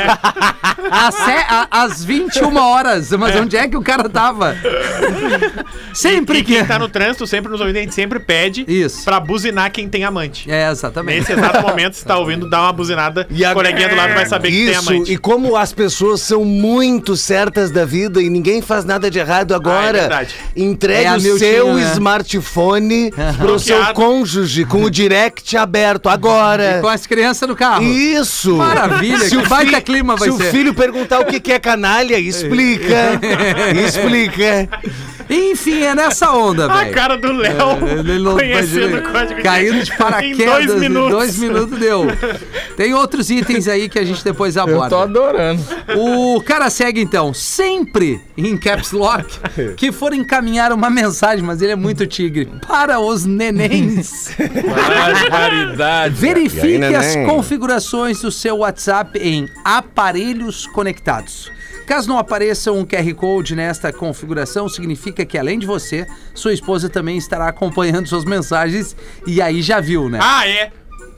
Às, se- a- às vinte e uma horas. Mas onde é que o cara tava? Sempre E que... quem tá no trânsito, sempre nos ouvindo, a gente sempre pede Isso. pra buzinar quem tem amante. É, exatamente. Nesse exato momento, você tá ouvindo, dá uma buzinada, E a- o coleguinha do lado vai saber que tem Isso, amante. e como as pessoas são muito certas da vida e ninguém faz nada de errado agora, verdade. entregue É a o Miltinho, seu né? smartphone pro seu Bloqueado. cônjuge com o direct aberto agora. Com as crianças no carro. Isso! Maravilha, Se que o baita fi- clima vai Se ser. o filho perguntar o que que é canalha, explica. Explica. Enfim, é nessa onda, A velho. cara do Léo Ele não- conhecendo imagina, o código caindo de em paraquedas dois em minutos. dois minutos deu. Tem outros itens aí que a gente depois Eu tô aborda. adorando. O cara segue então, sempre em caps lock, que for encaminhar uma mensagem, mas ele é muito tigre, para os nenéns. Barbaridade. Verifique E aí, as neném? configurações do seu WhatsApp em aparelhos conectados. Caso não apareça um Q R Code nesta configuração, significa que além de você, sua esposa também estará acompanhando suas mensagens e aí já viu, né? Ah, é?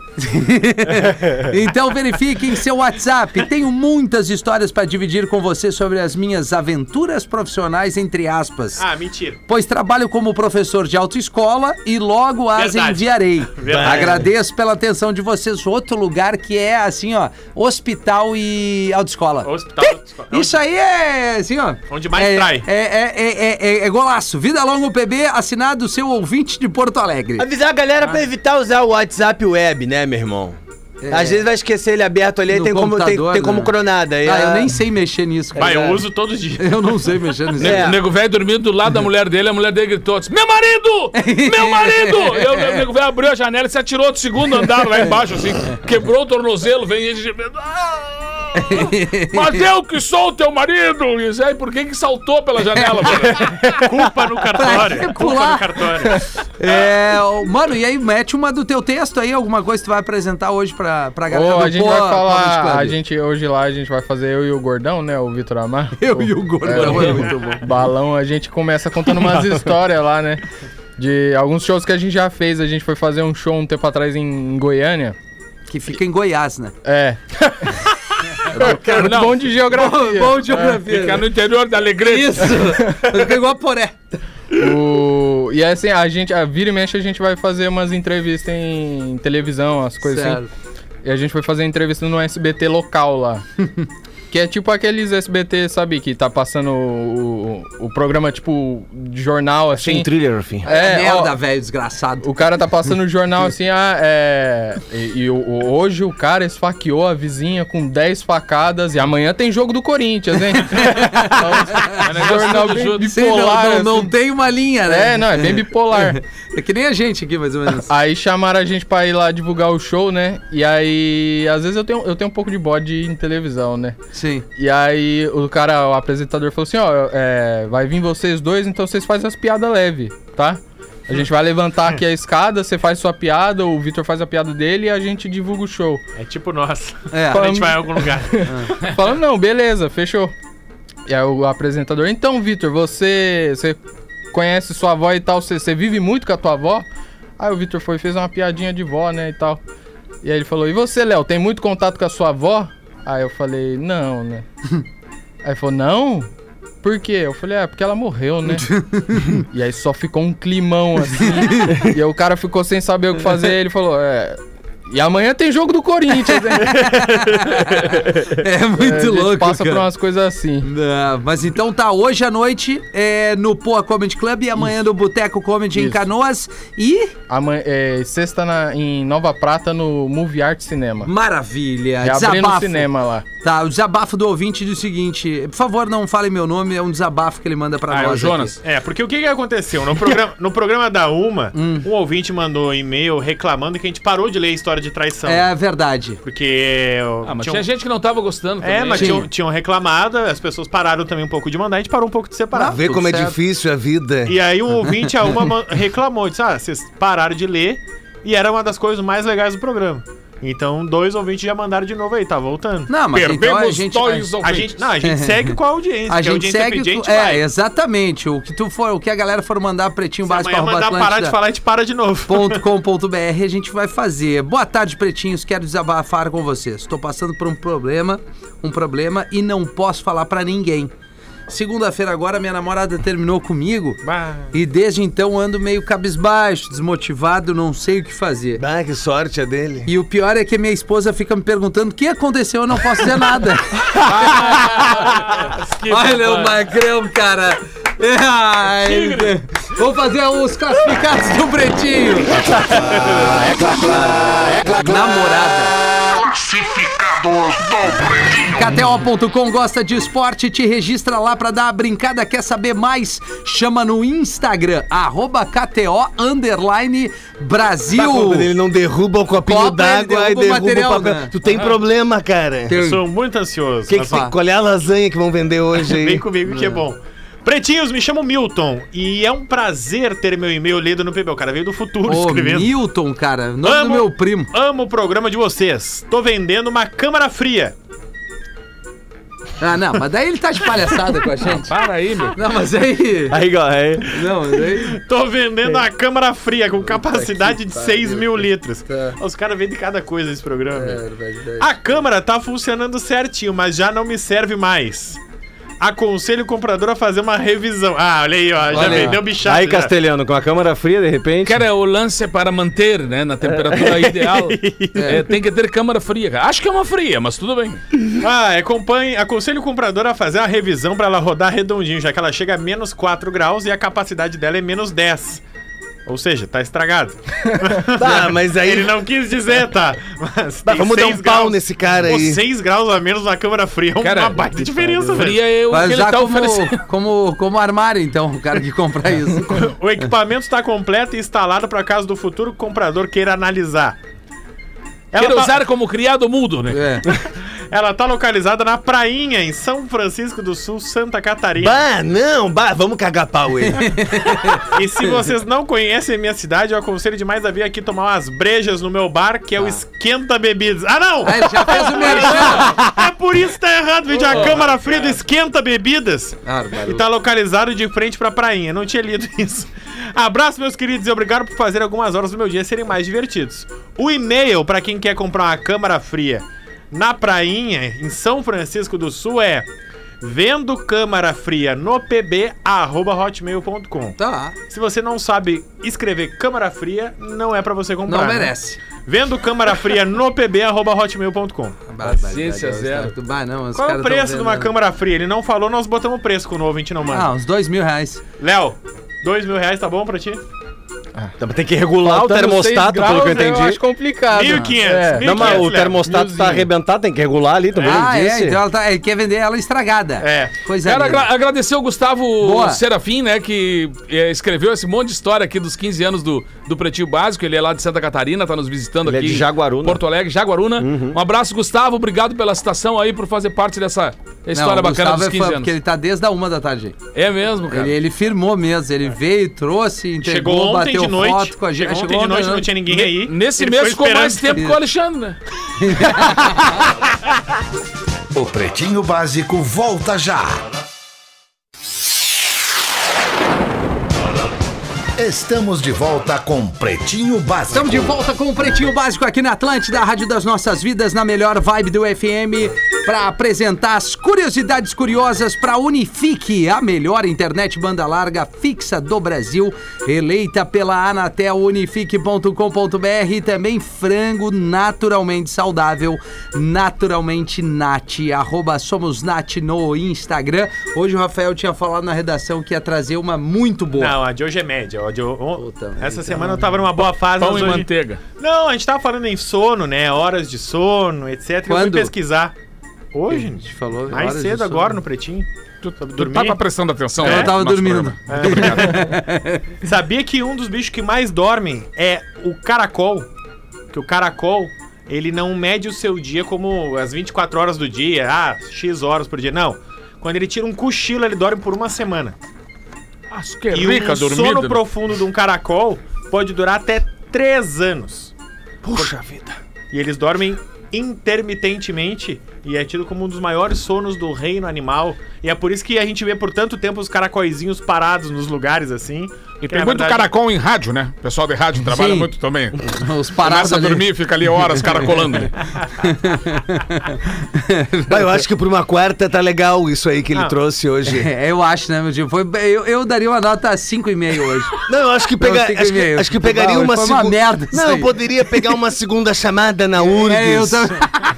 Então verifique em seu WhatsApp. Tenho muitas histórias para dividir com você sobre as minhas aventuras profissionais, entre aspas. Ah, mentira. Pois trabalho como professor de autoescola e logo as Verdade. enviarei. Verdade. Agradeço pela atenção de vocês. Outro lugar que é assim, ó, hospital e autoescola. Hospital, autoescola. Isso aí é assim, ó. Onde mais é, trai. É, é, é, é, é golaço. Vida longa o P B, assinado seu ouvinte de Porto Alegre. Avisar a galera pra evitar usar o WhatsApp web, né, meu irmão? Às vezes vai esquecer ele aberto ali, aí No tem como, tem, computador, tem como né? cronada. aí Ah, a- eu nem sei mexer nisso, cara. Vai, eu uso todo dia. Eu não sei mexer nisso. É. O nego velho dormindo do lado da mulher dele, a mulher dele gritou: disse, meu marido! Meu marido! E eu- o nego velho abriu a janela e se atirou do segundo andar lá embaixo, assim, quebrou o tornozelo, vem ele gemendo. "Ah!" Mas eu que sou o teu marido! E aí, por que que saltou pela janela? Culpa no cartório. Pra Culpa pular. no cartório. É, mano, e aí mete uma do teu texto aí, alguma coisa que tu vai apresentar hoje pra, pra galera Ô, do a gente Poa vai Comedy falar, Club. a gente, hoje lá a gente vai fazer eu e o Gordão, né, o Vitor Amar. Eu e o Gordão, é muito bom. Balão, a gente começa contando umas histórias lá, né, de alguns shows que a gente já fez. A gente foi fazer um show um tempo atrás em Goiânia. Que fica em Goiás, né? É. Não. Bom de geografia. Bom de geografia. Fica no interior da Alegrete. Isso! Fica igual a Poré. O... E assim, a gente, a vira e mexe, a gente vai fazer umas entrevistas em televisão, as coisas Certo. assim. E a gente foi fazer entrevista no S B T local lá. Que é tipo aqueles S B T, sabe? Que tá passando o, o, o programa, tipo, de jornal, assim. Sem thriller, enfim. É, Merda, ó, velho, desgraçado. o cara tá passando o jornal assim, ah, é. E, e o- o- hoje o cara esfaqueou a vizinha com dez facadas e amanhã tem jogo do Corinthians, hein? Então, jornal tudo bem junto. Sim, não, bipolar. não, não assim. tem uma linha, né? É, não, é bem bipolar. É que nem a gente aqui, mais ou menos. Aí chamaram a gente pra ir lá divulgar o show, né? E aí, às vezes eu tenho, eu tenho um pouco de bode em televisão, né? Sim. E aí o cara, o apresentador falou assim, ó, é, vai vir vocês dois, então vocês fazem as piadas leves, tá? A gente vai levantar aqui a escada, você faz sua piada, o Vitor faz a piada dele e a gente divulga o show. É tipo nós. É. Quando a gente vai em algum lugar. Falando, não, beleza, fechou. E aí o apresentador, então, Vitor, você, você conhece sua avó e tal, você, você vive muito com a tua avó? Aí o Vitor foi e fez uma piadinha de vó, né, e tal. E aí ele falou, e você, Léo, tem muito contato com a sua avó? Aí eu falei, não, né? Aí ele falou, não? Por quê? Eu falei, é, porque ela morreu, né? E aí só ficou um climão, assim. E aí o cara ficou sem saber o que fazer. Ele falou, é... E amanhã tem jogo do Corinthians, né? É muito É, a gente louco, passa cara. por umas coisas assim. Não, mas então tá, hoje à noite é no Poa Comedy Club e amanhã no Boteco Comedy em Isso. Canoas. E Amanhã, é, sexta na, em Nova Prata, no Movie Art Cinema. maravilha, Já abri no desabafo. cinema lá. Tá, o desabafo do ouvinte diz o seguinte, por favor, não fale meu nome, é um desabafo que ele manda pra Ah, é nós o Jonas. aqui. É, porque o que, que aconteceu? No programa, no programa da Uma, um ouvinte mandou e-mail reclamando que a gente parou de ler a história de traição. É verdade. Porque. Ah, mas tinham- tinha gente que não tava gostando também. É, mas Tinha. tinham, tinham reclamado, as pessoas pararam também um pouco de mandar, a gente parou um pouco de separar. Vê tudo como é certo. difícil a vida. E aí um ouvinte, a uma man- reclamou, disse, ah, vocês pararam de ler e era uma das coisas mais legais do programa. Então, dois ouvintes já mandaram de novo aí, tá voltando. Não, mas então a Perdemos gente... dois A ouvintes. gente, não, a gente segue com a audiência. A que a gente audiência segue, pedir, a gente é, vai. exatamente, o que tu for, o que a galera for mandar pretinho Se básico amanhã arroba mandar parar de Atlântida falar, a gente para de novo. ponto com ponto br a gente vai fazer. Boa tarde, pretinhos, quero desabafar com vocês. Estou passando por um problema, um problema e não posso falar pra ninguém. Segunda-feira agora minha namorada terminou comigo Bah. e desde então ando meio cabisbaixo, desmotivado, não sei o que fazer. Ah, que sorte a dele. E o pior é que minha esposa fica me perguntando o que aconteceu, eu não posso dizer nada. Olha o Magrão, cara. É, ai, vou fazer os classificados do Pretinho. Namorada. K T O ponto com gosta de esporte, te registra lá pra dar a brincada, quer saber mais? Chama no Instagram, arroba K T O underline Brasil. Tá, quando ele não derruba o copinho Copa, ele d'água e derruba o derruba o material, papel. né? Tu tem problema, cara. Tem- Eu sou muito ansioso. Que que Mas, você, qual é a lasanha que vão vender hoje aí? Vem comigo que é bom. Pretinhos, me chamo Milton e é um prazer ter meu e-mail lido no P B. O cara veio do futuro Ô, escrevendo. Milton, cara, nome Amo. do meu primo. Amo o programa de vocês. Tô vendendo uma câmara fria. Ah, não, mas daí ele tá de palhaçada com a gente. Para aí, meu. Não, mas aí... Aí, igual, aí. Não, mas aí... Tô vendendo uma câmara fria com capacidade de seis mil litros. Tá. Os caras vendem cada coisa nesse programa. É, verdade. A câmara tá funcionando certinho, mas já não me serve mais. Aconselho o comprador a fazer uma revisão. Ah, olha aí, ó. Já Olha aí. vendeu bichado. Aí, já. Castelhano, com a câmera fria, de repente. Cara, o lance é para manter, né, na temperatura ideal. É, tem que ter câmara fria, cara. Acho que é uma fria, mas tudo bem. Ah, acompanhe, aconselho o comprador a fazer uma revisão pra ela rodar redondinho, já que ela chega a menos quatro graus e a capacidade dela é menos dez. Ou seja, tá estragado. Tá, mas aí... Ele não quis dizer, tá? Mas Tá, tem vamos dar um seis pau graus. nesse cara Pô, aí. seis graus a menos na câmera fria é Cara, uma baita diferença, velho. Fria é o Vai que ele usar tá como, oferecendo. como, como armário, então, o cara que compra isso. O equipamento está completo e instalado para caso do futuro comprador queira analisar. Ela Quero tá, usar como criado mudo, né? É. Ela tá localizada na Prainha, em São Francisco do Sul, Santa Catarina. Bah, não, bah, vamos cagar pau aí. E se vocês não conhecem minha cidade, eu aconselho demais a vir aqui tomar umas brejas no meu bar, que é o Esquenta Bebidas. Ah, não! Ah, ele já fez o merchan. É por isso que tá errado, vídeo a Câmara Fria do Esquenta Bebidas. E tá localizado de frente pra Prainha. Não tinha lido isso. Abraço, meus queridos, e obrigado por fazer algumas horas do meu dia serem mais divertidos. O e-mail pra quem quer comprar uma Câmara Fria na Prainha, em São Francisco do Sul, é vendo câmara fria no pb arroba hotmail ponto com. Tá. Se você não sabe escrever câmara fria, não é pra você comprar. Não né? merece. Vendo câmara fria no pb arroba hotmail ponto com. Paciência zero. Bah, não, os Qual é o caras tão preço de uma vendo, câmara fria? Ele não falou, nós botamos o preço com o novo, a gente não manda. Ah, uns dois mil reais. Léo, dois mil reais tá bom pra ti? Tem que regular Faltando o termostato, seis pelo que eu graus, entendi. Eu acho complicado. mil e quinhentos. É. Não, mas o Léo. termostato Milzinho. tá arrebentado, tem que regular ali, também. Ah, ele é, disse. então ela tá, ele quer vender ela estragada. É. Coisa Quero linda. agra- agradecer o Gustavo Boa. Serafim, né, que é, escreveu esse monte de história aqui dos quinze anos do, do Pretinho Básico. Ele é lá de Santa Catarina, tá nos visitando Ele é aqui. de Jaguaruna. Porto Alegre, Jaguaruna. Um abraço, Gustavo. Obrigado pela citação aí, por fazer parte dessa história Não, o bacana Gustavo dos é quinze fã, anos. porque ele tá desde a uma da tarde. É mesmo, cara. Ele, ele firmou mesmo, ele veio, trouxe, entregou, Chegou ontem bateu de noite. foto com a gente. Chegou ontem de noite, não tinha ninguém aí. Nesse Ele mês foi ficou esperando. mais tempo que o Alexandre, né? O Pretinho Básico volta já. Estamos de volta com Pretinho Básico. Estamos de volta com o Pretinho Básico aqui na Atlântida, a Rádio das Nossas Vidas, na melhor vibe do F M, para apresentar as curiosidades curiosas para Unifique, a melhor internet banda larga fixa do Brasil, eleita pela Anatel, unifique ponto com ponto b r, e também frango naturalmente saudável, naturalmente Nat, arroba Somos Nat no Instagram. Hoje o Rafael tinha falado na redação que ia trazer uma muito boa. Não, a de hoje é média. A de ho- o- Puta, Essa então- semana eu tava numa boa fase. Pão mas e hoje... manteiga. Não, a gente tava falando em sono, né? Horas de sono, etcétera. Eu Quando? fui pesquisar. Hoje, A gente. gente falou Mais horas de cedo sono. agora no Pretinho. Tu, tu dormir? tava prestando atenção? Eu né, tava no nosso dormindo. programa. Muito obrigado. Sabia que um dos bichos que mais dormem é o caracol? Que o caracol, ele não mede o seu dia como as vinte e quatro horas do dia, ah, X horas por dia. Não. Quando ele tira um cochilo, ele dorme por uma semana. Ah, isso que é E rica um dormida. sono né? profundo de um caracol pode durar até três anos. Puxa vida. E eles dormem intermitentemente e é tido como um dos maiores sonos do reino animal. E é por isso que a gente vê por tanto tempo os caracóizinhos parados nos lugares assim. E que, tem na muito verdade, caracol em rádio, né? O pessoal de rádio trabalha Sim. muito também. Os parados Começa a ali. dormir e fica ali horas caracolando. Bah, eu acho que por uma quarta tá legal isso aí que ele Ah. trouxe hoje. É, eu acho, né, meu tio? Foi, eu, eu daria uma nota cinco e meio hoje. Não, eu acho que, pega, Não, cinco acho e que, meio. acho que pegaria Não, uma foi uma segunda. merda isso Não, eu aí. poderia pegar uma segunda chamada na URGS. É, eu também.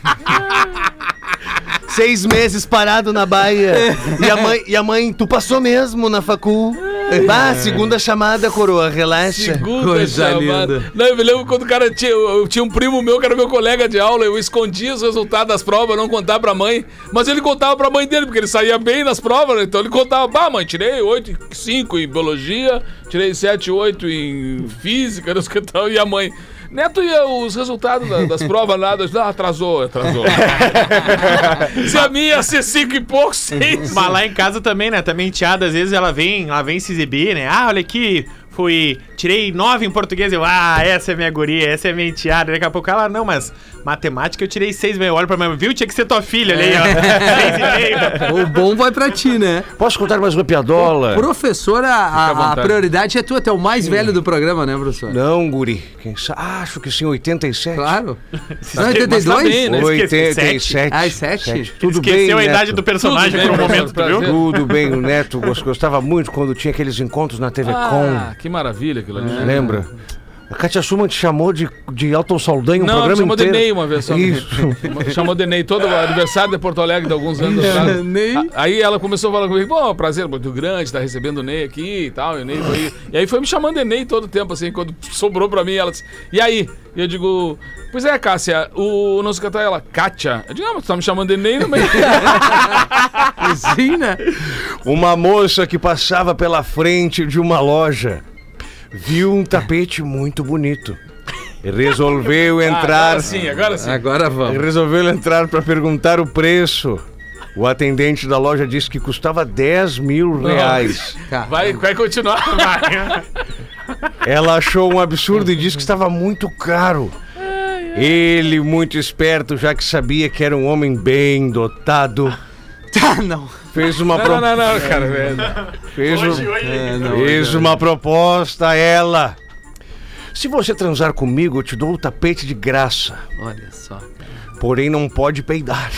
Seis meses parado na baia. E a mãe, e a mãe, tu passou mesmo na facul. Bah, segunda chamada, coroa, relaxa. Segunda Coisa chamada. linda. Não, eu me lembro quando o cara tinha. Eu tinha um primo meu que era meu colega de aula. Eu escondia os resultados das provas, não contava pra mãe. Mas ele contava pra mãe dele, porque ele saía bem nas provas, né? Então ele contava, bah, mãe, tirei oito e cinco em biologia, tirei sete e oito em física, não sei o que tal. E a mãe. Neto, e os resultados da- das provas nada? Ah, atrasou, atrasou. Se a minha ia ser cinco e pouco, seis. Mas lá em casa também, né? Também tiada, às vezes ela vem, ela vem se exibir, né? Ah, olha aqui, fui. Tirei nove em português. Eu, ah, essa é minha guria, essa é minha enteada. Daqui a pouco ela, não, mas matemática eu tirei seis. Eu olho pra mim, viu? Tinha que ser tua filha, olha aí, ó. Seis e meio. O bom vai pra ti, né? Posso contar mais uma piadola? Professor, a, à a, a vontade. prioridade é tua, tu é o mais velho do programa, né, professor? Não, guri. Quem sabe? Acho que sim, oitenta e sete. Claro. Não, Mas oitenta e tá dois? bem, né? oitenta e sete. Ah, é sete? Tudo Esqueceu bem, a idade Neto. do personagem Tudo por um bem, momento, tu prazer. viu? Tudo bem, o Neto gos- gostava muito quando tinha aqueles encontros na T V Ah, que maravilha aquilo ali. Com. Lembra? A Kátia Schumann te chamou de, de Elton Saldanha um Não, programa chamou de inteiro. Ney uma vez só. Isso. Chamou de Ney, todo o aniversário de Porto Alegre de alguns anos atrás. Ney. A- Aí ela começou a falar comigo, pô, prazer muito grande estar recebendo o Ney aqui e tal. E, o Ney foi... e aí foi me chamando de Ney todo o tempo, assim, quando sobrou pra mim, ela disse, e aí? E eu digo, pois é, Cássia, o não sei o que tá ela, Kátia. Eu digo, não, mas tu tá me chamando de Ney no meio. Sim, né? Uma moça que passava pela frente de uma loja viu um tapete muito bonito resolveu Ah, entrar. agora sim, agora sim. Agora vamos. Resolveu entrar para perguntar o preço. O atendente da loja disse que custava dez mil reais. Vai, vai continuar. Vai. Ela achou um absurdo e disse que estava muito caro. Ele, muito esperto, já que sabia que era um homem bem dotado, Tá, não. fez uma Não, pro- não, não, não, cara. velho. fez, um- É, não, fez uma proposta a ela. Se você transar comigo, eu te dou o tapete de graça. Olha só. Porém, não pode peidar.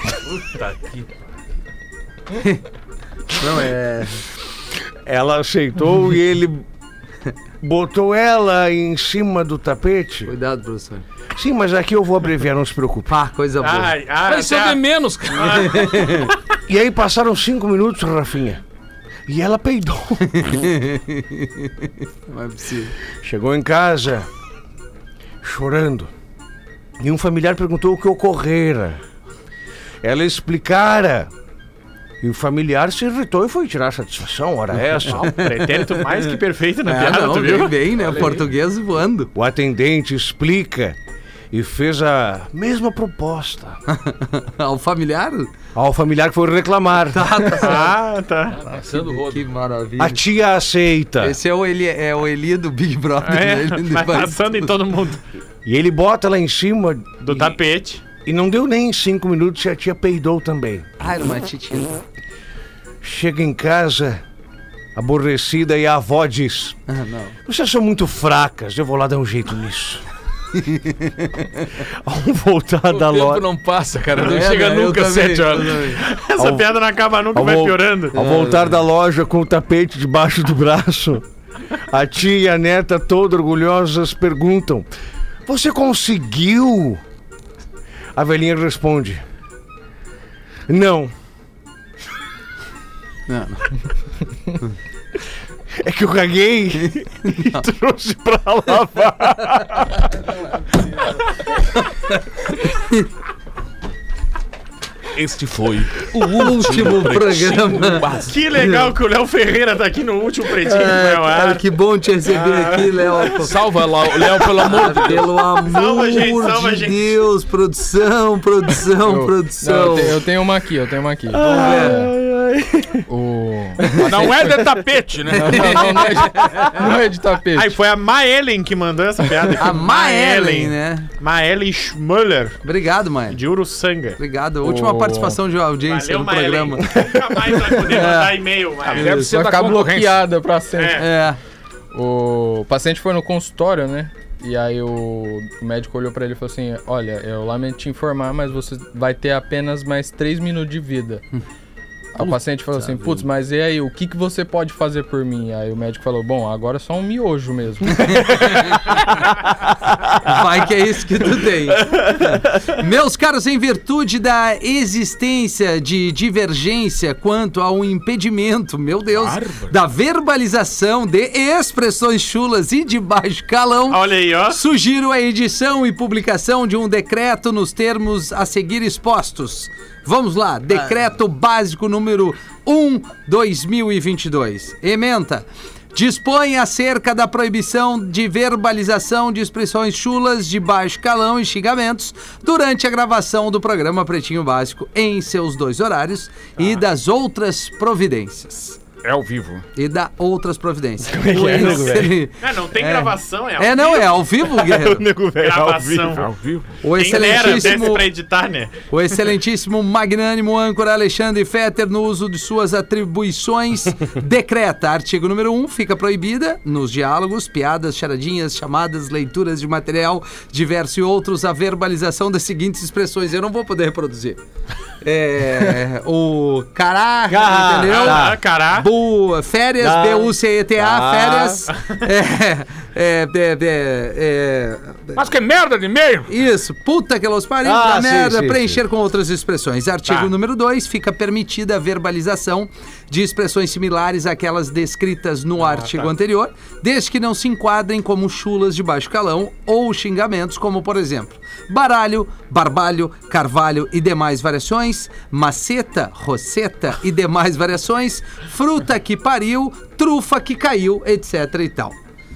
Não, é... Ela aceitou e ele botou ela em cima do tapete. Cuidado, professor. Sim, mas aqui eu vou abreviar, não se preocupe. Pá, coisa boa. Ai, ah, Mas isso é até de a- menos, cara. E aí passaram cinco minutos, Rafinha. E ela peidou. Não é possível. Chegou em casa, chorando. E um familiar perguntou o que ocorrera. Ela explicara. E o familiar se irritou e foi tirar satisfação, ora essa. Ah, um pretérito mais que perfeito na É, piada, não, tu bem, viu? bem, né? Português voando. O atendente explica e fez a mesma proposta Ao familiar? ao familiar que foi reclamar. Ah, tá. Passando o rodo. Que maravilha. A tia aceita. Esse é o Eli, é o Eli do Big Brother. É, né? Ele mas vai- passando em todo mundo. E ele bota lá em cima Do e, tapete. e não deu nem cinco minutos e a tia peidou também. Ah, era uma titia. Chega em casa, aborrecida, e a avó diz: Ah, não. vocês são muito fracas, eu vou lá dar um jeito nisso. Ao voltar O da tempo loja, não passa, cara. Não É, chega né? Eu nunca às também, sete eu horas. também. Essa Ao- piada não acaba nunca, ao vai vol- piorando. Ao voltar da loja com o tapete debaixo do braço, a tia e a neta, todas orgulhosas, perguntam: você conseguiu? A velhinha responde: não. Não, não. É que eu caguei e trouxe pra lavar. Este foi O último programa. Que legal que o Léo Ferreira tá aqui no último pretinho do É, meu cara, ar. que bom te receber aqui, Léo. Salva, Léo, Léo, pelo amor de Deus. Pelo amor Salva, gente, salva, de gente. Deus, produção, produção, Eu- Não, produção. eu, tenho, eu tenho uma aqui, eu tenho uma aqui. Vamos ver. O... Não é de tapete, né? Não, não, não, é de, não é de tapete. Aí foi a Maellen que mandou essa piada. A Maellen, né? Maellen Schmuller, Obrigado, mãe. de Uruçanga. Obrigado. Última Ô. participação de audiência Valeu, no Maellen. programa. Nunca mais vai poder mandar e-mail, Maellen. Deve ser Vai da ficar concorrência. bloqueada pra sempre. É. É. O paciente foi no consultório, né? E aí o médico olhou pra ele e falou assim: olha, eu lamento te informar, mas você vai ter apenas mais três minutos de vida. Aí o paciente falou assim: putz, mas e aí, o que, que você pode fazer por mim? Aí o médico falou: bom, agora é só um miojo mesmo. Vai que é isso que tu tem. Meus caros, em virtude da existência de divergência quanto ao impedimento, meu Deus, Bárbaro. da verbalização de expressões chulas e de baixo calão, Olha aí, ó. sugiro a edição e publicação de um decreto nos termos a seguir expostos. Vamos lá, decreto básico número um, dois mil e vinte e dois. Ementa. Dispõe acerca da proibição de verbalização de expressões chulas de baixo calão e xingamentos durante a gravação do programa Pretinho Básico em seus dois horários e das outras providências. É ao vivo. E da outras providências. É, não tem gravação, é ao É, não, vivo. é ao vivo, Guerreiro. Nego velho, ao Gravação. vivo. Ao vivo. O Quem dera desse excelentíssimo... pra editar, né? O excelentíssimo magnânimo âncora Alexandre Fetter, no uso de suas atribuições, decreta, artigo número um, fica proibida, nos diálogos, piadas, charadinhas, chamadas, leituras de material diverso e outros, a verbalização das seguintes expressões. Eu não vou poder reproduzir. É, o cará, Ah, entendeu? Ah, cará. Bu, férias, Tá. B U C E T A, Tá. férias. É, é, é, é, é, Mas que merda de e-mail! isso, puta que los pariu, Ah, da sim, merda, sim, preencher sim. com outras expressões. Artigo Tá. número dois, fica permitida a verbalização de expressões similares àquelas descritas no artigo tá. anterior, desde que não se enquadrem como chulas de baixo calão ou xingamentos, como por exemplo, baralho, barbalho, carvalho e demais variações, maceta, roceta e demais variações, fruta que pariu, trufa que caiu, etc e tal.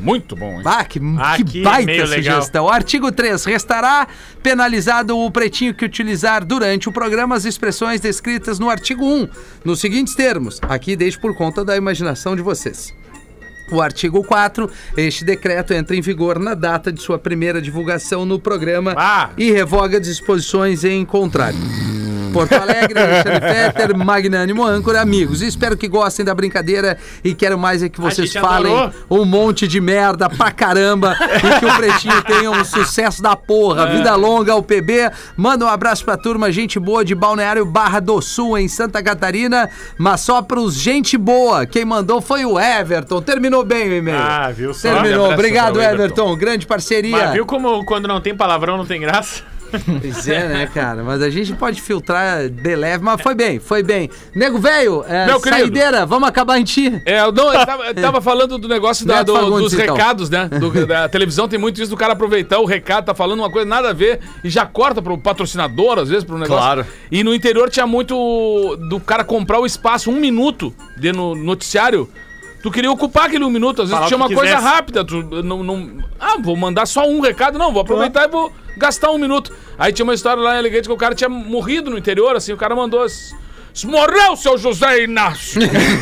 Muito bom, hein? Ah, que, Ah, que que baita e-mail legal. sugestão. Artigo três. Restará penalizado o pretinho que utilizar durante o programa as expressões descritas no artigo um, nos seguintes termos. Aqui deixo por conta da imaginação de vocês. O artigo quatro, este decreto entra em vigor na data de sua primeira divulgação no programa Ah. e revoga disposições em contrário. Porto Alegre, Alexandre Fetter, magnânimo âncora, amigos. Espero que gostem da brincadeira e quero mais é que vocês gente falem adorou. um monte de merda pra caramba e que o Pretinho tenha um sucesso da porra. Vida longa ao P B. Manda um abraço pra turma, gente boa de Balneário Barra do Sul, em Santa Catarina, mas só pros gente boa. Quem mandou foi o Everton. Terminou bem o e-mail. Ah, viu só? Terminou. Abraço Obrigado, pra o Everton. Everton. Grande parceria. Mas viu como quando não tem palavrão não tem graça? Pois é, né, cara? Mas a gente pode filtrar de leve, mas foi bem, foi bem. Nego velho, é, Meu querido. saideira, vamos acabar em ti. É, eu não, eu tava, eu tava falando do negócio da- Neto do- Fagundes, dos então. recados, né? Do- da televisão tem muito isso do cara aproveitar o recado, tá falando uma coisa nada a ver e já corta pro patrocinador, às vezes, pro negócio. Claro. E no interior tinha muito do cara comprar o espaço, um minuto de no noticiário. Tu queria ocupar aquele um minuto, às vezes Falar tinha o uma que coisa quisesse. rápida. Tu não, não- Ah, vou mandar só um recado, não, vou aproveitar e vou gastar um minuto. Aí tinha uma história lá em Alegrete que o cara tinha morrido no interior, assim, o cara mandou assim, morreu, seu José Inácio!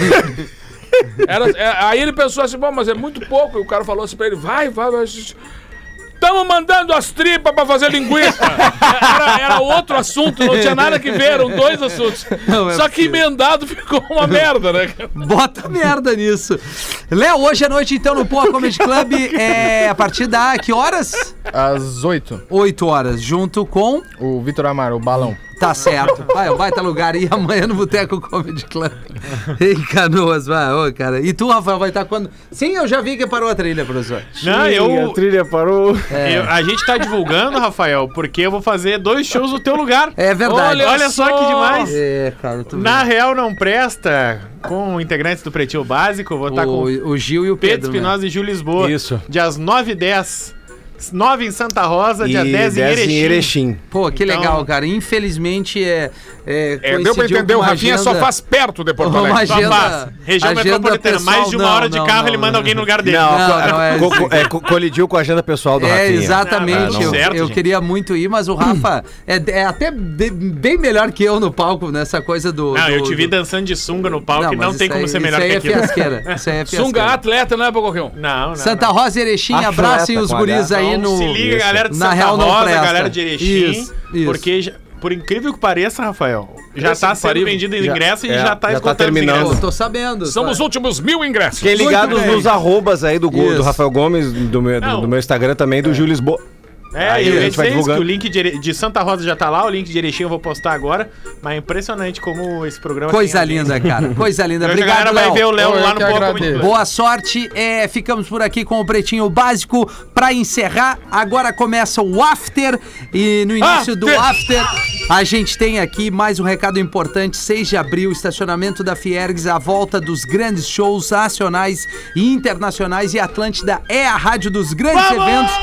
Era, é, aí ele pensou assim, bom, mas é muito pouco. E o cara falou assim pra ele, vai, vai, vai. Estamos mandando as tripas pra fazer linguiça. Era, era outro assunto, não tinha nada que ver, eram dois assuntos. Não é Só que possível. emendado ficou uma merda, né? Bota merda nisso. Léo, hoje à noite, então, no Poa Comedy Club, é a partir da que horas? Às oito, oito horas, junto com... o Vitor Amaro, o balão. Tá certo. Vai, vai tá lugar. E amanhã no Boteco Comedy Club. Em Canoas, vai, ô, cara. E tu, Rafael, vai estar quando? Sim, eu já vi que parou a trilha, professor. Não, Ih, eu, A trilha parou. É. eu- A gente tá divulgando, Rafael, porque eu vou fazer dois shows no teu lugar. É verdade. Olha, olha só que demais. É, cara, tu Na Real Não Presta, com integrantes do Pretinho Básico, vou estar com o, o Gil e o Pedro Pedro, né? Espinosa e Gil Lisboa. Isso. Dias nove e dez. nove em Santa Rosa, dia E dez em dez Erechim. em Erechim. Pô, que Então- legal, cara. Infelizmente, é... É, É, deu pra coincidiu entender, com o uma Rafinha só agenda- faz perto de Porto Uma Alegre. Só agenda- faz. Região agenda metropolitana, pessoal, mais de uma não, hora de não, carro, não, ele manda não. alguém no lugar dele. Não, Não, co- não, é- co- co- é, co- colidiu com a agenda pessoal do É, Rafinha. exatamente. Não, não. eu Certo, eu gente. queria muito ir, mas o Rafa é, é até de- bem melhor que eu no palco nessa coisa do... Não, do- eu te vi do- dançando de sunga no palco e mas não tem isso como aí- ser melhor isso que aí aquilo. é fiasqueira. Isso aí é fiasqueira. Sunga atleta não é pra qualquer um. Não, não. Santa não. Rosa e Erechim, Atleta abracem os com guris H. aí Então, no... se liga, Isso. galera de Na Santa Real Não Rosa, Presta. galera de Erechim. Isso, isso. Porque, já- por incrível que pareça, Rafael, já Preço tá de sendo pariu. vendido em Já- ingresso e é, já tá já tá esgotando os terminando. ingressos. Pô, tô sabendo. São tá? os últimos mil ingressos. Fiquem ligados Muito bem. nos arrobas aí do, go- Isso. do Rafael Gomes, do meu, do, Não. do meu Instagram também, do Gil Lisboa. É, Aí eu a ia gente vai dizer isso, que divulgando. o link de, Ere- de Santa Rosa já tá lá, o link de Erechim eu vou postar agora, mas é impressionante como esse programa Coisa tem audiência. linda, cara. Coisa linda. Hoje a Obrigado, galera vai Léo. ver o Léo Pô, eu lá no que Boa agradeço. Comedy Club. Boa sorte. É, ficamos por aqui com o Pretinho Básico. Pra encerrar, agora começa o After. E no início do After, a gente tem aqui mais um recado importante. seis de abril, estacionamento da Fiergs, a volta dos grandes shows nacionais e internacionais. E Atlântida é a rádio dos grandes eventos.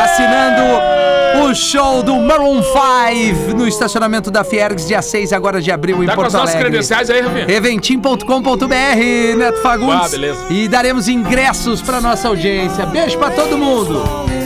Assinando o show do Maroon cinco no estacionamento da Fiergs, dia seis agora de abril, em Tá com as Porto nossas Alegre. credenciais aí, Rafinha? eventim ponto com ponto br, Neto Fagundes. Ah, beleza. E daremos ingressos para nossa audiência. Beijo para todo mundo.